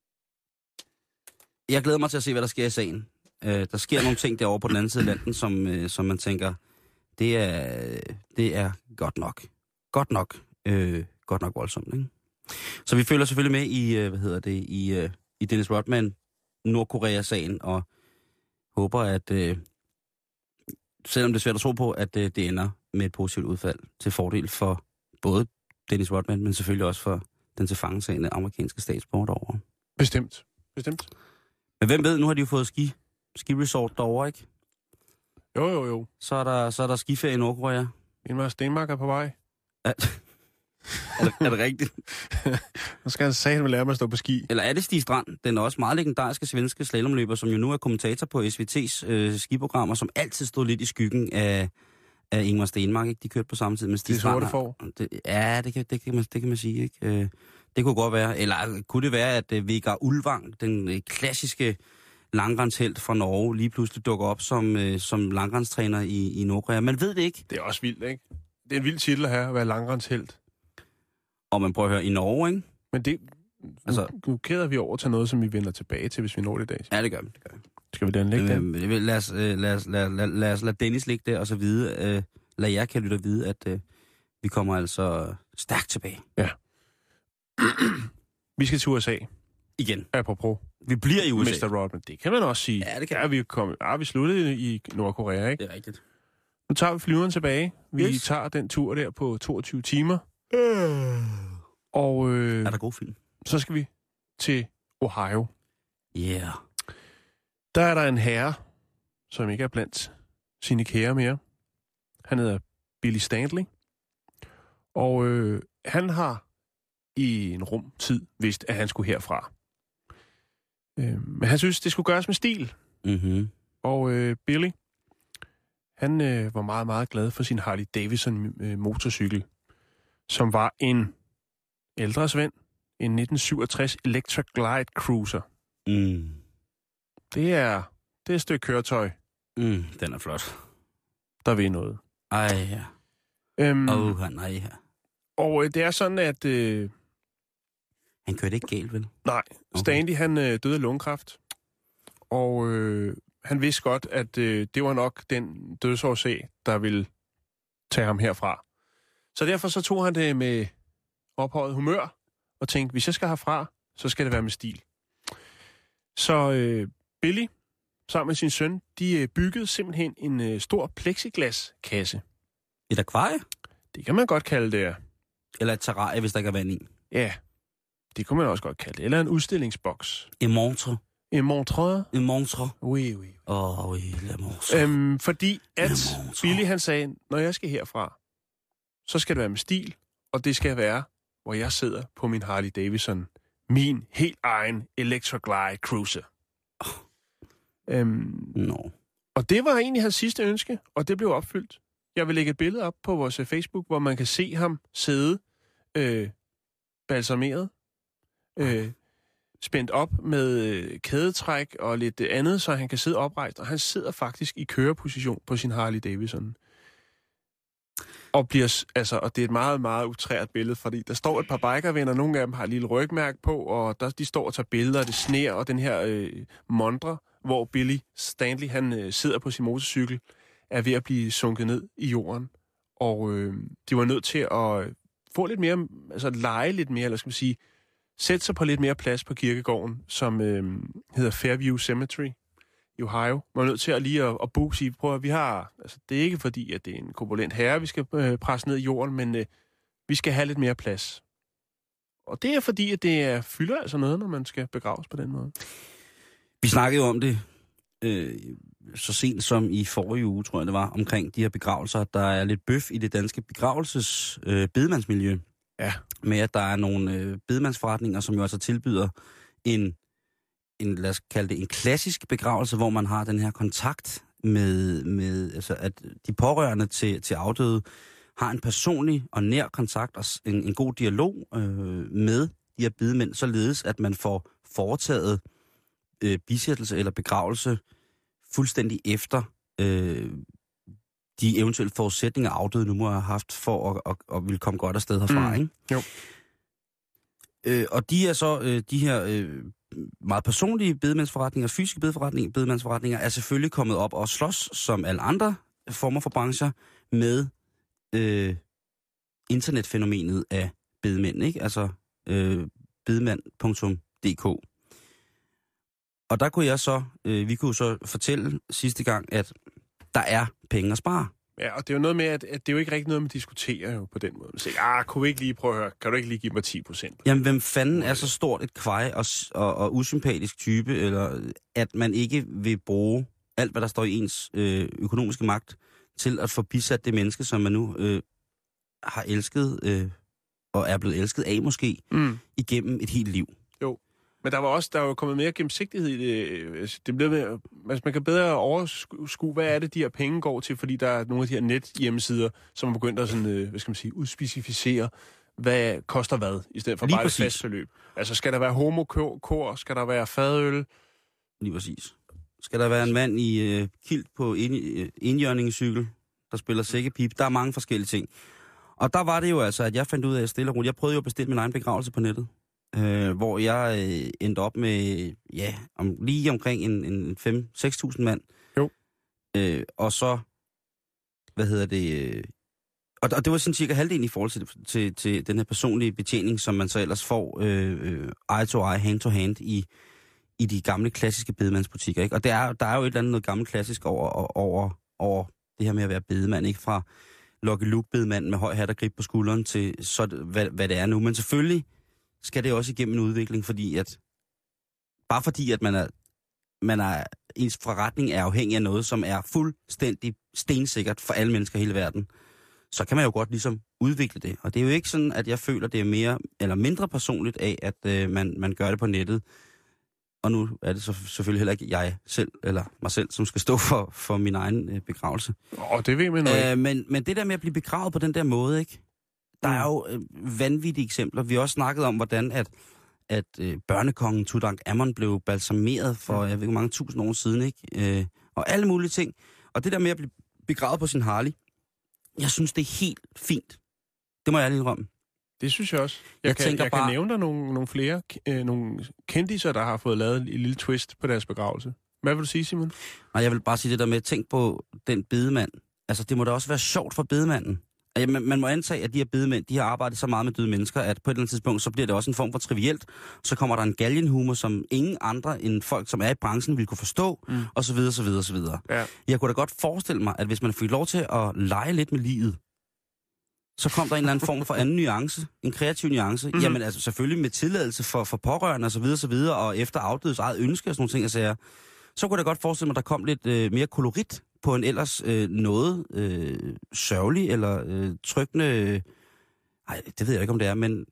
Jeg glæder mig til at se, hvad der sker i sagen. Øh, der sker nogle ting derovre på den anden side af landen, som, øh, som man tænker, det er, det er godt nok. Godt nok. Øh, godt nok voldsomt, ikke? Så vi følger selvfølgelig med i, øh, hvad hedder det, i, øh, i Dennis Rodman, Nordkorea-sagen, og håber, at øh, selvom det er svært at tro på, at øh, det ender med et positivt udfald til fordel for både Dennis Rodman, men selvfølgelig også for den tilfangesagende amerikanske statsborger derovre. Bestemt. Bestemt. Men hvem ved, nu har de jo fået ski, ski-resort derovre, ikke? Jo, jo, jo. Så er der, så er der skiferie i Nordkorea. Ingmar Stenmark er på vej. Er, er, det, er det rigtigt? Nu skal han satme lære mig at stå på ski. Eller er det Stig Strand, den også meget legendariske svenske slalomløber, som jo nu er kommentator på S V T's øh, skiprogrammer, som altid stod lidt i skyggen af, af Ingmar Stenmark, ikke? De kørte på samme tid med Stig Det sorte får. Det, ja, det kan, det, kan man, det kan man sige, ikke? Øh, det kunne godt være. Eller kunne det være, at uh, Vegard Ulvang, den uh, klassiske langrendshelt fra Norge, lige pludselig dukker op som, uh, som langrendstræner i, i Nordkorea? Man ved det ikke. Det er også vildt, ikke? Det er en vild titel her, at være langrendshelt. Og man prøver at høre i Norge, ikke? Men det... Altså, nu, nu kæder vi over til noget, som vi vender tilbage til, hvis vi når det i dag. Ja, det gør vi. Det gør vi. Skal vi den lægge den? Øh, lad, os, øh, lad, os, lad, lad, lad os lade Dennis ligge der, og så vide, øh, lad jer kan lytte at vide, at øh, vi kommer altså stærkt tilbage. Ja. Vi skal til U S A. Igen. Apropos. Vi bliver i U S A. mister Rodman. Det kan man også sige. Ja, det kan ja, vi. Kom, ja, vi sluttede i Nordkorea, ikke? Det er rigtigt. Nu tager vi flyveren tilbage. Vi yes. tager den tur der på toogtyve timer. Øh. Og øh, er der god film? Så skal vi til Ohio. Ja. Yeah. Der er der en herre, som ikke er blandt sine kære mere. Han hedder Billy Stanley. Og øh, han har i en rum tid vidst, at han skulle herfra. Øh, men han synes, det skulle gøres med stil. Mm-hmm. Og øh, Billy, han øh, var meget, meget glad for sin Harley Davidson øh, motorcykel, som var en ældre svend, en nitten syvogtres Electra Glide Cruiser. Mm. Det er, det er et stykke køretøj. Mm, den er flot. Der ved noget. Ej, ja. Øhm, Åh, oh, nej, ja. Og øh, det er sådan, at... Øh, han kørte ikke galt, vel? Nej. Okay. Stanley, han øh, døde af lungekræft. Og øh, han vidste godt, at øh, det var nok den dødsårsag, der ville tage ham herfra. Så derfor så tog han det med ophøjet humør, og tænkte, hvis jeg skal herfra, så skal det være med stil. Så øh, Billy, sammen med sin søn, de øh, byggede simpelthen en øh, stor plexiglaskasse. Et akvarie? Det kan man godt kalde det, ja. Eller et terrarie, hvis der ikke er vand i. Ja, det kunne man også godt kalde det. Eller en udstillingsboks. En montre. En montre? En montre. Oui, oui. Åh, oh, oui, la montre. Øhm, fordi at Billy, han sagde, når jeg skal herfra, så skal det være med stil, og det skal være, hvor jeg sidder på min Harley Davidson. Min helt egen Electra Glide Cruiser. Oh. Øhm, no. Og det var egentlig hans sidste ønske, og det blev opfyldt. Jeg vil lægge et billede op på vores Facebook, hvor man kan se ham sidde øh, balsameret, øh, spændt op med øh, kædetræk og lidt andet, så han kan sidde oprejst. Og han sidder faktisk i køreposition på sin Harley Davidson. Og, bliver, altså, og det er et meget, meget utrært billede, fordi der står et par bikervenner, nogle af dem har et lille rygmærke på, og der, de står og tager billeder, og det sner, og den her øh, montre, hvor Billy Stanley, han øh, sidder på sin motorcykel, er ved at blive sunket ned i jorden. Og øh, de var nødt til at få lidt mere, altså lege lidt mere, eller skal man sige, sætte sig på lidt mere plads på kirkegården, som øh, hedder Fairview Cemetery i Ohio. Man er nødt til at lige at, at bo sige, prøv at vi har, altså det er ikke fordi, at det er en korpulent herre, vi skal øh, presse ned i jorden, men øh, vi skal have lidt mere plads. Og det er fordi, at det er, fylder altså noget, når man skal begraves på den måde. Vi snakkede jo om det øh, så sent som i forrige uge, tror jeg det var, omkring de her begravelser. Der er lidt bøf i det danske begravelses øh, bedemandsmiljø. Ja. Med at der er nogle øh, bedemandsforretninger, som jo altså tilbyder en, en, lad os kalde det, en klassisk begravelse, hvor man har den her kontakt med, med altså at de pårørende til, til afdøde har en personlig og nær kontakt og en, en god dialog øh, med de her bedemænd, således at man får foretaget øh, bisættelse eller begravelse fuldstændig efter øh, de eventuelle forudsætninger afdøde nu må have haft for at, at, at ville komme godt afsted herfra, mm. ikke? Jo. Øh, og de er så, øh, de her øh, meget personlige bedemandsforretninger, fysiske bedeforretninger, bedemandsforretninger, er selvfølgelig kommet op og slås, som alle andre former for brancher, med øh, internetfænomenet af bedemænd, ikke? Altså øh, bedemand punktum d k. Og der kunne jeg så, øh, vi kunne så fortælle sidste gang, at der er penge at spare. Ja, og det er jo noget med, at, at det er jo ikke rigtig noget, man diskuterer jo på den måde. Man siger, ah, kunne vi ikke lige prøve at høre, kan du ikke lige give mig ti procent? Jamen, hvem fanden er så stort et kvej og, og, og usympatisk type, eller at man ikke vil bruge alt, hvad der står i ens øh, økonomiske magt, til at få bisat det menneske, som man nu øh, har elsket, øh, og er blevet elsket af måske, mm. igennem et helt liv. Jo, Men der var også, der er jo kommet mere gennemsigtighed i det. Det bliver mere, altså man kan bedre overskue, hvad er det, de her penge går til, fordi der er nogle af de her nethjemmesider, som er begyndt at sådan, hvad skal man sige, udspecificere, hvad koster hvad, i stedet for Lige bare præcis. et fast forløb. Altså, skal der være homokor? Skal der være fadøl? Lige præcis. Skal der være en mand i øh, kilt på en, enhjørningecykel, der spiller sækkepip? Der er mange forskellige ting. Og der var det jo altså, at jeg fandt ud af at stille og roligt. Jeg prøvede jo at bestille min egen begravelse på nettet, øh, hvor jeg øh, endte op med, ja, om, lige omkring en, en fem til seks tusind mand. Jo. Øh, og så, hvad hedder det... Øh, og, og det var sådan cirka halvdelen i forhold til, til, til den her personlige betjening, som man så ellers får øh, øh, eye to eye, hand to hand i, i de gamle klassiske bedemandsbutikker, ikke? Og der er, der er jo et eller andet noget gammelt klassisk over, over, over det her med at være bedemand, ikke? Fra Lucky Luke-bedemanden med høj hat og grib på skulderen til så, hvad, hvad det er nu. Men selvfølgelig skal det også igennem en udvikling, fordi at bare fordi, at man er, man er ens forretning er afhængig af noget, som er fuldstændig stensikkert for alle mennesker i hele verden, så kan man jo godt ligesom udvikle det. Og det er jo ikke sådan, at jeg føler, det er mere eller mindre personligt af, at øh, man, man gør det på nettet. Og nu er det så selvfølgelig heller ikke jeg selv, eller mig selv, som skal stå for, for min egen øh, begravelse. Åh, oh, det ved man jo ikke. Øh, men, men det der med at blive begravet på den der måde, ikke? Der er jo øh, vanvittige eksempler. Vi har også snakket om, hvordan at, at øh, børnekongen Tutankhamon blev balsameret for, jeg ved ikke, hvor mange tusind år siden, ikke? Øh, og alle mulige ting. Og det der med at blive begravet på sin Harley, jeg synes, det er helt fint. Det må jeg lige indrømme. Det synes jeg også. Jeg, Jeg kan, tænker jeg bare- kan nævne dig nogle, nogle flere øh, nogle kendiser, der har fået lavet en lille twist på deres begravelse. Hvad vil du sige, Simon? Og jeg vil bare sige det der med, tænk på den bedemand. Altså, det må da også være sjovt for bedemanden. Altså, man, man må antage, at de her bedemænd, de har arbejdet så meget med døde mennesker, at på et eller andet tidspunkt, så bliver det også en form for trivielt. Så kommer der en galgenhumor, som ingen andre end folk, som er i branchen, vil kunne forstå, mm. og så videre, så videre, så videre. Ja. Jeg kunne da godt forestille mig, at hvis man fik lov til at lege lidt med livet, så kom der en eller anden form for anden nuance, en kreativ nuance. Mm-hmm. Jamen altså selvfølgelig med tilladelse for, for pårørende og så videre, så videre, og efter afdødes eget ønske og sådan nogle ting, altså, jeg, så kunne jeg da godt forestille mig, at der kom lidt øh, mere kolorit på en ellers øh, noget øh, sørgelig eller øh, trykkende, øh, ej, det ved jeg ikke, om det er, men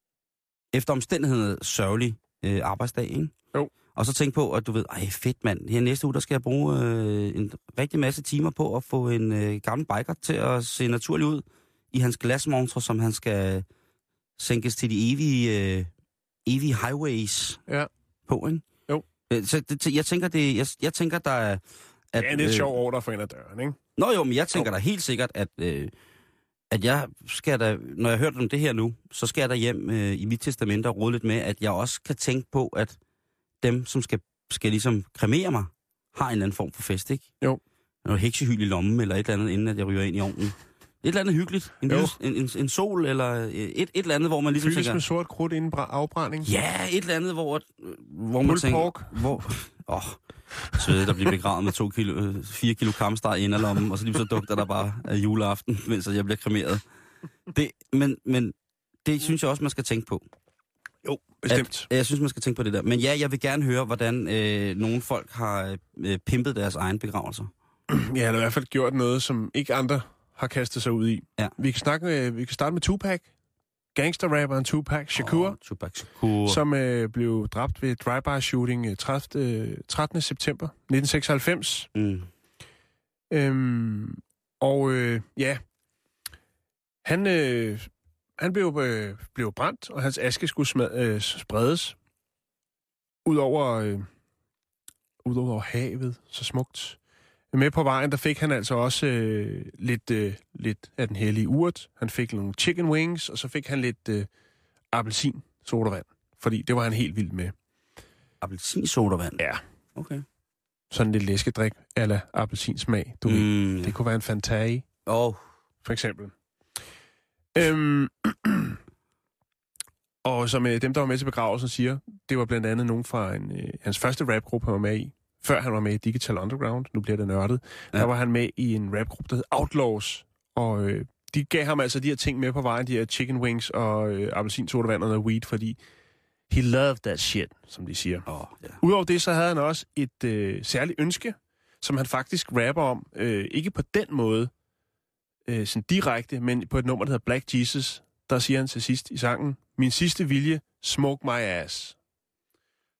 efter omstændighederne sørgelig øh, arbejdsdag, ikke? Jo. Og så tænk på, at du ved, ej fedt mand, her næste uge, der skal jeg bruge øh, en rigtig masse timer på at få en øh, gammel biker til at se naturlig ud i hans glasmontre, som han skal sænkes til de evige, øh, evige highways Ja. på, ikke? Jo. Øh, Så det, jeg tænker, det, jeg, jeg tænker, der er... At, Det er en lidt sjov ordre for ind ad døren, ikke? Nå jo, men jeg tænker da helt sikkert, at, øh, at jeg skal da, når jeg har hørt om det her nu, så skal jeg da hjem øh, i mit testament og rode lidt med, at jeg også kan tænke på, at dem, som skal, skal ligesom kremere mig, har en eller anden form for fest, ikke? Jo. Noget heksehyl i lommen, eller et eller andet, inden at jeg ryger ind i ovnen. Et eller andet hyggeligt. En, lille, en, en, en sol, eller et, et eller andet, hvor man ligesom Fyldes tænker... med sort krudt inden bra- afbrænding. Ja, et eller andet, hvor, hvor man Pulled tænker... pork. Hvor, åh, svedet, der bliver begravet med to kilo, øh, fire kilo kamsteg i inderlommen, og så lige så dugter der bare af juleaften, mens jeg bliver kremeret. Det, men, men det synes jeg også, man skal tænke på. Jo, bestemt. At, jeg synes, man skal tænke på det der. Men ja, jeg vil gerne høre, hvordan øh, nogle folk har øh, pimpet deres egen begravelser. Ja, eller i hvert fald gjort noget, som ikke andre har kastet sig ud i. Ja. Vi kan, snakke, øh, vi kan starte med Tupac. Gangsterrapperen Tupac Shakur. Oh, Tupac Shakur. Som øh, blev dræbt ved drive-by-shooting øh, trettende september nitten seksoghalvfems. Mm. Øhm, og øh, ja, han, øh, han blev, øh, blev brændt, og hans aske skulle smad, øh, spredes ud over, øh, ud over havet, så smukt. Med på vejen, der fik han altså også øh, lidt, øh, lidt af den hellige urt. Han fik nogle chicken wings, og så fik han lidt øh, appelsin sodavand, fordi det var han helt vild med. Appelsinsodavand? Ja. Okay. Sådan lidt læskedrik, eller appelsinsmag, du Mm, ved. ja. Det kunne være en Fanta, Oh. for eksempel. Øhm, og som øh, dem, der var med til begravelsen, siger, det var blandt andet nogen fra en, øh, hans første rapgruppe, han var med i. Før han var med i Digital Underground, nu bliver det nørdet, ja. Der var han med i en rapgruppe, der hed Outlaws. Og øh, de gav ham altså de her ting med på vejen, de her chicken wings og øh, appelsinsodavand og noget weed, fordi he loved that shit, som de siger. Oh, yeah. Udover det, så havde han også et øh, særligt ønske, som han faktisk rapper om. Øh, ikke på den måde, øh, sådan direkte, men på et nummer, der hedder Black Jesus. Der siger han til sidst i sangen, min sidste vilje, smoke my ass.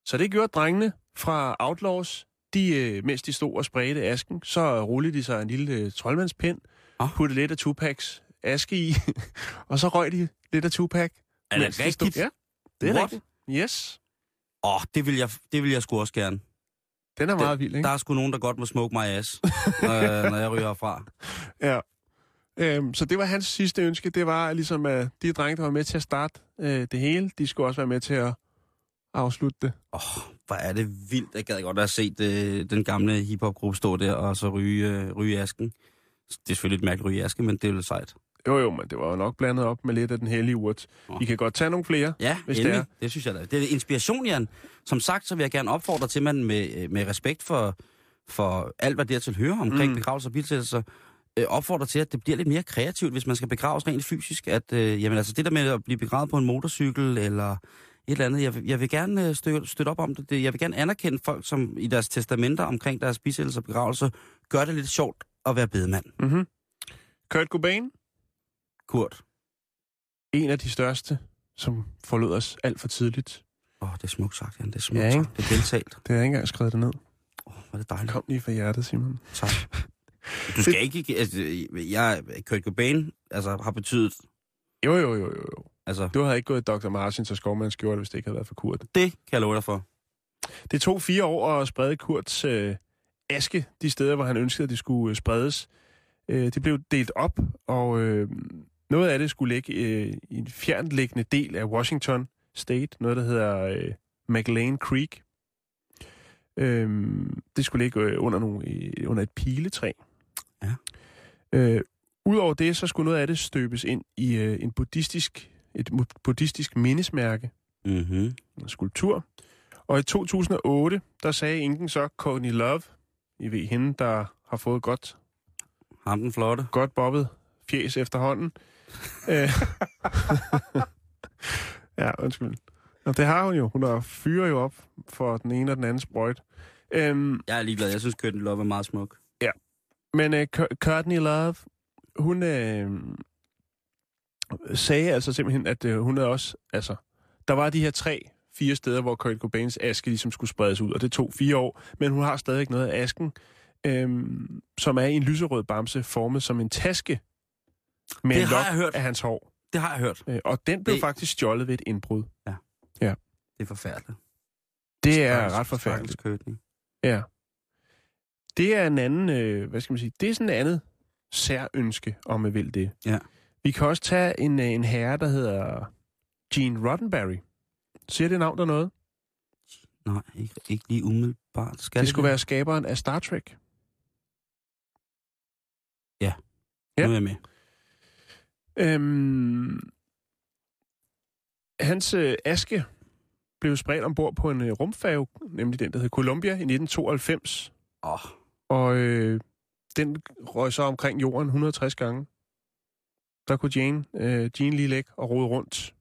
Så det gjorde drengene fra Outlaws. De, øh, mens de stod og spredte asken, så rullede de sig en lille øh, troldmandspind, oh. puttede lidt af Tupacs aske i, og så røg de lidt af Tupac. Er det rigtigt? Ja, det er What? rigtigt. Yes. Åh, oh, det vil jeg, det vil jeg sgu også gerne. Den er meget vild, ikke? Der er sgu nogen, der godt må smoke my ass, øh, når jeg ryger herfra. Ja. Øhm, så det var hans sidste ønske. Det var ligesom, at de drenge, der var med til at starte øh, det hele, de skulle også være med til at afslutte det. Åh, oh, hvor er det vildt. Jeg gad godt at have set øh, den gamle hiphop-gruppe stå der og så ryge, øh, ryge asken. Det er selvfølgelig et mærkeligt ryge aske, men det er jo sejt. Jo, jo, men det var jo nok blandet op med lidt af den hellige urt. Oh. Vi kan godt tage nogle flere, ja, hvis endelig. det er. Det synes jeg da. Det er inspiration, Jan. Som sagt, så vil jeg gerne opfordre til, at man med, med respekt for, for alt, hvad dertil hører omkring mm. begravelser og bilsættelser, øh, opfordrer til, at det bliver lidt mere kreativt, hvis man skal begraves rent fysisk. At, øh, jamen, altså det der med at blive begravet på en motorcykel eller et eller andet, jeg, jeg vil gerne støtte, støtte op om det. Jeg vil gerne anerkende folk, som i deres testamenter omkring deres bisættelser og begravelser, gør det lidt sjovt at være bedemand. Mm-hmm. Kurt Cobain? Kurt. En af de største, som forlod os alt for tidligt. Åh, oh, det er smukt sagt, Jan. Det er smukt ja, sagt. Det er veltalt. Det har jeg ikke engang skrevet det ned. Åh, oh, hvor er det dejligt. Kom lige fra hjertet, Simon. Tak. Du skal ikke... Altså, jeg, Kurt Cobain altså, har betydet... Jo, jo, jo, jo. jo. Altså, du havde ikke gået doktor Martins og Skovmands skjorte, hvis det ikke havde været for Kurt. Det kan jeg love dig for. Det tog fire år at sprede Kurts øh, aske de steder, hvor han ønskede, at det skulle øh, spredes. Øh, det blev delt op, og øh, noget af det skulle ligge øh, i en fjerntliggende del af Washington State, noget der hedder øh, McLean Creek. Øh, det skulle ligge øh, under, nogle, øh, under et piletræ. Ja. Øh, Udover det, så skulle noget af det støbes ind i øh, en buddhistisk, et buddhistisk mindesmærke. Mhm. En skulptur. Og i to tusind og otte, der sagde enken så Courtney Love, I ved hende, der har fået godt... Ham den flotte. Godt bobbet fjes efterhånden. øh, ja, undskyld. Og det har hun jo. Hun har fyret jo op for den ene og den anden sprøjt. Øhm, jeg er ligeglad. Jeg synes, Courtney Love er meget smuk. Ja. Men øh, Courtney Love, hun øh, sagde altså simpelthen, at øh, hun havde også... Altså, der var de her tre, fire steder, hvor Kurt Cobains aske ligesom skulle spredes ud, og det tog fire år. Men hun har stadig noget af asken, øh, som er i en lyserød bamse, formet som en taske med det en har jeg hørt. af hans hår. Det har jeg hørt. Øh, og den blev det... faktisk stjålet ved et indbrud. Ja. Ja. Det er forfærdeligt. Det er Stakkels, ret forfærdeligt. Ja. Det er en anden, øh, hvad skal man sige, det er sådan en andet særønske, om man vil det. Ja. Vi kan også tage en, en herre, der hedder Gene Roddenberry. Siger det navn der noget? Nej, ikke, ikke lige umiddelbart. Skal det, det skulle det? være skaberen af Star Trek. Ja, ja. Nu er jeg med. Øhm, hans øh, aske blev spredt ombord på en øh, rumfærge, nemlig den, der hed Columbia, i nitten tooghalvfems. Oh. Og øh, den røg så omkring jorden et hundrede og tres gange. Der kunne Jane, øh, Gene lige lægge og rode rundt.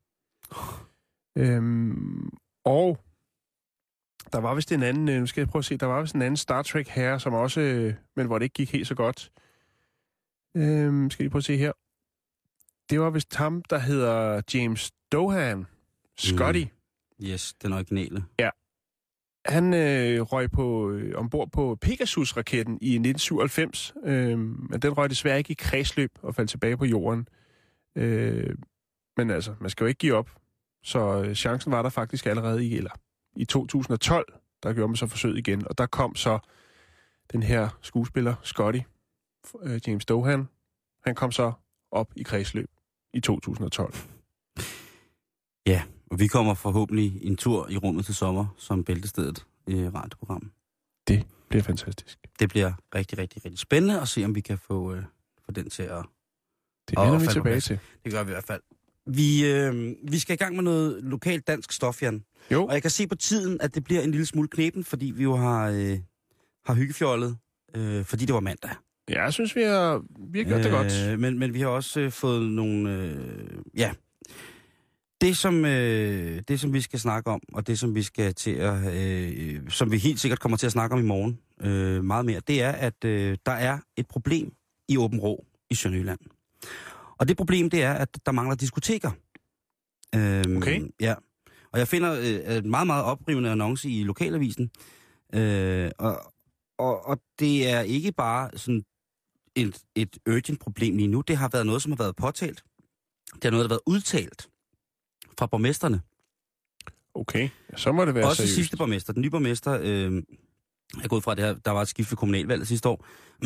Øhm, og der var vist en anden, nu skal jeg prøve at se, der var vist en anden Star Trek herre, som også, øh, men hvor det ikke gik helt så godt. Øhm, skal jeg prøve at se her. Det var vist ham, der hedder James Doohan. Scotty. Mm. Yes, den originale. Ja. Han øh, røg på, øh, ombord på Pegasus-raketten i nitten syvoghalvfems, øh, men den røg desværre ikke i kredsløb og faldt tilbage på jorden. Øh, men altså, man skal jo ikke give op. Så øh, chancen var der faktisk allerede i, eller i to tusind og tolv, der gjorde man så forsøget igen. Og der kom så den her skuespiller, Scotty, øh, James Doohan, han kom så op i kredsløb i to tusind og tolv. Ja, og vi kommer forhåbentlig en tur i rummet til sommer som Bæltestedet i radioprogrammet. Det bliver fantastisk. Det bliver rigtig, rigtig, rigtig spændende at se, om vi kan få, øh, få den til at... Det vender vi tilbage til. Det gør vi i hvert fald. Vi, øh, vi skal i gang med noget lokalt dansk stof, Jan. Jo. Og jeg kan se på tiden, at det bliver en lille smule knepen, fordi vi jo har, øh, har hyggefjollet, øh, fordi det var mandag. Ja, jeg synes, vi har, vi har gjort øh, det godt. Men, men vi har også øh, fået nogle... Øh, ja... Det som, øh, det, som vi skal snakke om, og det, som vi skal til at, øh, som vi helt sikkert kommer til at snakke om i morgen, øh, meget mere, det er, at øh, der er et problem i Åben Rå i Sønderjylland. Og det problem, det er, at der mangler diskoteker. Øh, okay. Ja. Og jeg finder øh, et meget, meget oprivende annonce i Lokalavisen. Øh, og, og, og det er ikke bare sådan et, et urgent problem lige nu. Det har været noget, som har været påtalt. Det er noget, der har været udtalt fra borgmesterne. Okay, ja, så må det være også seriøst. Også sidste borgmester. Den nye borgmester øh, er gået fra det her. Der var et skift ved kommunalvalget sidste år.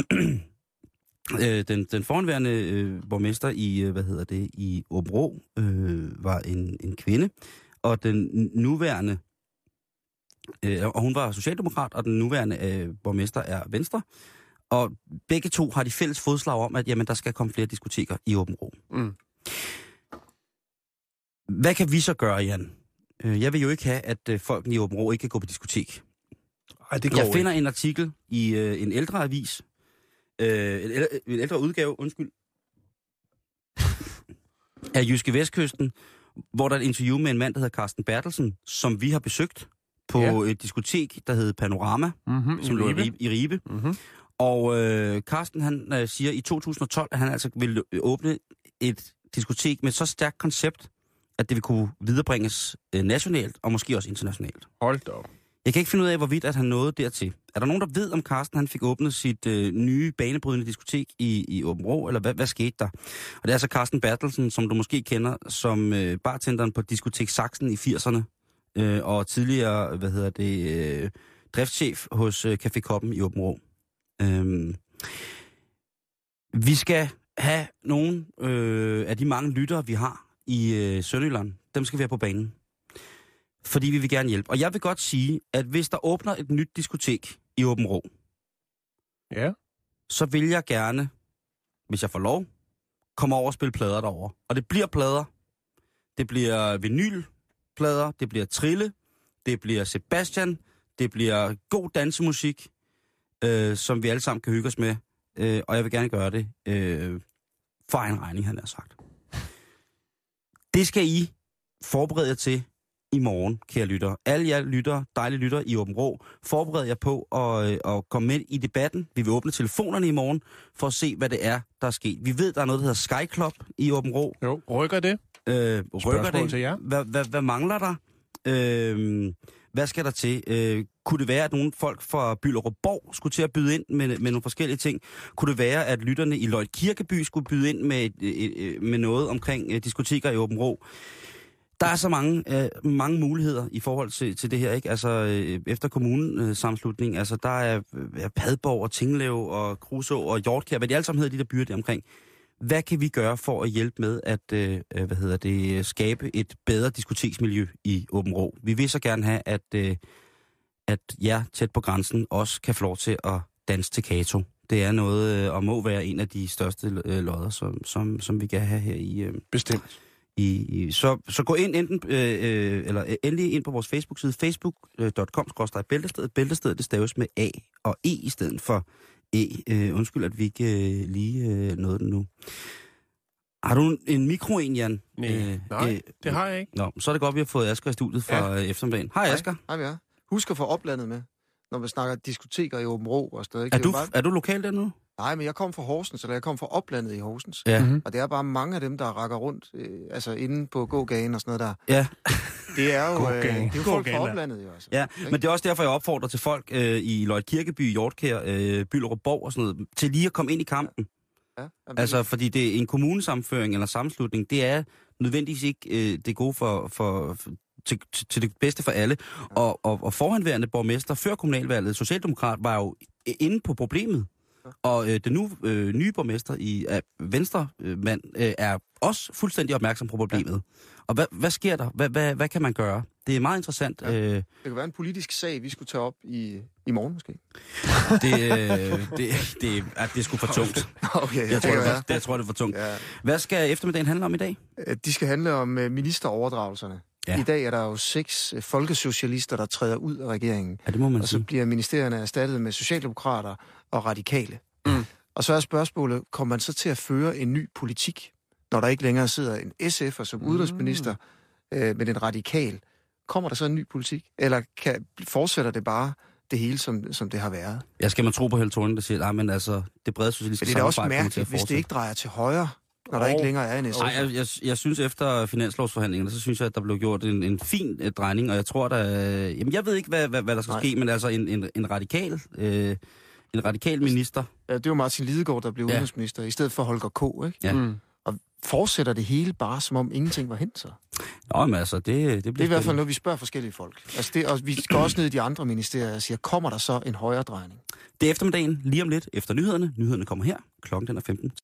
øh, den, den foranværende øh, borgmester i, øh, hvad hedder det, i Åbenrå øh, var en, en kvinde. Og den nuværende, øh, og hun var socialdemokrat, og den nuværende øh, borgmester er Venstre. Og begge to har de fælles fodslag om, at jamen, der skal komme flere diskoteker i Åbenrå. Mm. Hvad kan vi så gøre, Jan? Jeg vil jo ikke have, at folk i Åbenrå ikke kan gå på diskotek. Ej, det går Jeg finder ikke. en artikel i øh, en ældre avis, øh, en, ældre, en ældre udgave, undskyld, af Jyske Vestkysten, hvor der er et interview med en mand, der hedder Carsten Bertelsen, som vi har besøgt på ja. et diskotek, der hedder Panorama, mm-hmm, som lå i Ribe. I Ribe. Mm-hmm. Og øh, Carsten, han øh, siger i to tusind og tolv, at han altså vil åbne et diskotek med så stærkt koncept, at det vil kunne viderebringes øh, nationalt og måske også internationalt. Hold da op. Jeg kan ikke finde ud af, hvorvidt at han nåede dertil. Er der nogen, der ved, om Carsten han fik åbnet sit øh, nye banebrydende diskotek i, i Åbenrå, eller hvad, hvad skete der? Og det er altså Carsten Bertelsen, som du måske kender som øh, bartenderen på Diskotek Saxen i firserne, øh, og tidligere, hvad hedder det, øh, driftschef hos øh, Café Koppen i Åbenrå. Øh, vi skal have nogle øh, af de mange lyttere, vi har i øh, Sønderjylland. Dem skal vi have på banen. Fordi vi vil gerne hjælpe. Og jeg vil godt sige, at hvis der åbner et nyt diskotek i Åbenrå, ja. så vil jeg gerne, hvis jeg får lov, komme over og spille plader derovre. Og det bliver plader. Det bliver vinylplader, det bliver Trille, det bliver Sebastian, det bliver god dansemusik, øh, som vi alle sammen kan hygge os med. Øh, og jeg vil gerne gøre det øh, for egen regning, han har sagt. Det skal I forberede jer til i morgen, kære lyttere. Alle jer lyttere, dejlige lyttere i Åbenrå, forbered jer på at, at komme med i debatten. Vi vil åbne telefonerne i morgen for at se, hvad det er, der er sket. Vi ved, der er noget, der hedder Sky Club i Åbenrå. Jo, rykker det? Øh, rykker det? Til jer. Hvad, hvad, hvad mangler der? Øh, hvad skal der til? Øh, kunne det være, at nogle folk fra Bylderup-Borg skulle til at byde ind med, med nogle forskellige ting? Kunne det være, at lytterne i Løjt Kirkeby skulle byde ind med, et, et, et, med noget omkring uh, diskoteker i Åbenrå? Der er så mange, øh, mange muligheder i forhold til, til det her, ikke? Altså, øh, efter kommunesammenslutning, øh, altså, der er øh, Padborg og Tinglev og Kruså og Hjortkær, hvad de alle sammen hedder, de der byer der omkring. Hvad kan vi gøre for at hjælpe med at, øh, hvad hedder det, skabe et bedre diskoteksmiljø i Åbenrå? Vi vil så gerne have, at, øh, at jer tæt på grænsen også kan få lov til at danse til Kato. Det er noget, øh, og må være en af de største øh, lodder, som, som, som vi kan have her i... Øh, Bestemt. I, i, så, så gå ind enten, øh, øh, eller endelig ind på vores Facebook-side, facebook punktum com skråstreg bæltestedet. Bæltestedet, det staves med A og E i stedet for E. Øh, undskyld, at vi ikke øh, lige øh, nåede den nu. Har du en mikro en, Jan? Nej, øh, nej øh, det har jeg ikke. Nå, så er det godt, vi har fået Asger i studiet fra ja. eftermiddagen. Hej, Asger. Hej, hej, ja. Husk at få oplandet med, når man snakker diskoteker i Åbenrå og sådan noget. Er du, bare... er du lokal der nu? Nej, men jeg kom fra Horsens, eller jeg kom fra oplandet i Horsens. Ja. Mm-hmm. Og det er bare mange af dem, der rakker rundt, øh, altså inde på gågaden og sådan noget der. Ja. Det er jo, øh, det er jo folk fra oplandet jo altså. Ja, ikke? Men det er også derfor, jeg opfordrer til folk øh, i Løjt Kirkeby, Hjortkær, øh, Bylderup-Borg og sådan noget, til lige at komme ind i kampen. Ja. Ja, jamen, altså, fordi det er en kommunesammenføring eller sammenslutning, det er nødvendigvis ikke øh, det gode for... for, for Til, til det bedste for alle. Ja. Og, og, og forhenværende borgmester før kommunalvalget, socialdemokrat, var jo inde på problemet. Ja. Og øh, den nu øh, nye borgmester i øh, Venstre øh, mand øh, er også fuldstændig opmærksom på problemet. Ja. Og hvad, hvad sker der? Hvad, hvad, hvad kan man gøre? Det er meget interessant. Ja. Øh, det kan være en politisk sag, vi skulle tage op i, i morgen måske. Det, øh, det, det, er, det er sgu for tungt. Okay, jeg, tror, det, det, det, jeg tror, det er for tungt. Ja. Hvad skal eftermiddagen handle om i dag? De skal handle om ministeroverdragelserne. Ja. I dag er der jo seks folkesocialister, der træder ud af regeringen. Ja, det må man og så sige. bliver ministerierne erstattet med socialdemokrater og radikale. Mm. Og så er spørgsmålet, kommer man så til at føre en ny politik, når der ikke længere sidder en S F'er som mm. udenrigsminister øh, med en radikal? Kommer der så en ny politik? Eller kan, fortsætter det bare det hele, som, som det har været? Jeg skal man tro på Helle Thorning, der siger, at altså, det brede socialistiske samarbejde. Det er da også mærkeligt, hvis det ikke drejer til højre, når der oh. ikke længere er en S F? Nej, jeg, jeg, jeg synes efter finanslovsforhandlingerne, så synes jeg, at der blev gjort en, en fin uh, drejning, og jeg tror, der... Uh, jamen, jeg ved ikke, hvad, hvad, hvad der skal Nej. ske, men altså en, en, en radikal... Uh, en radikal minister. Ja, det var Martin Lidegaard, der blev ja. udenrigsminister, i stedet for Holger K., ikke? Ja. Mm. Og fortsætter det hele bare, som om ingenting var hent så? Nå, men altså, det, det bliver Det er i hvert fald noget, vi spørger forskellige folk. Altså det, og vi går også ned i de andre ministerier og siger, kommer der så en højere drejning? Det er eftermiddagen, lige om lidt, efter nyhederne. Nyhederne kommer her. Klokken den er femten.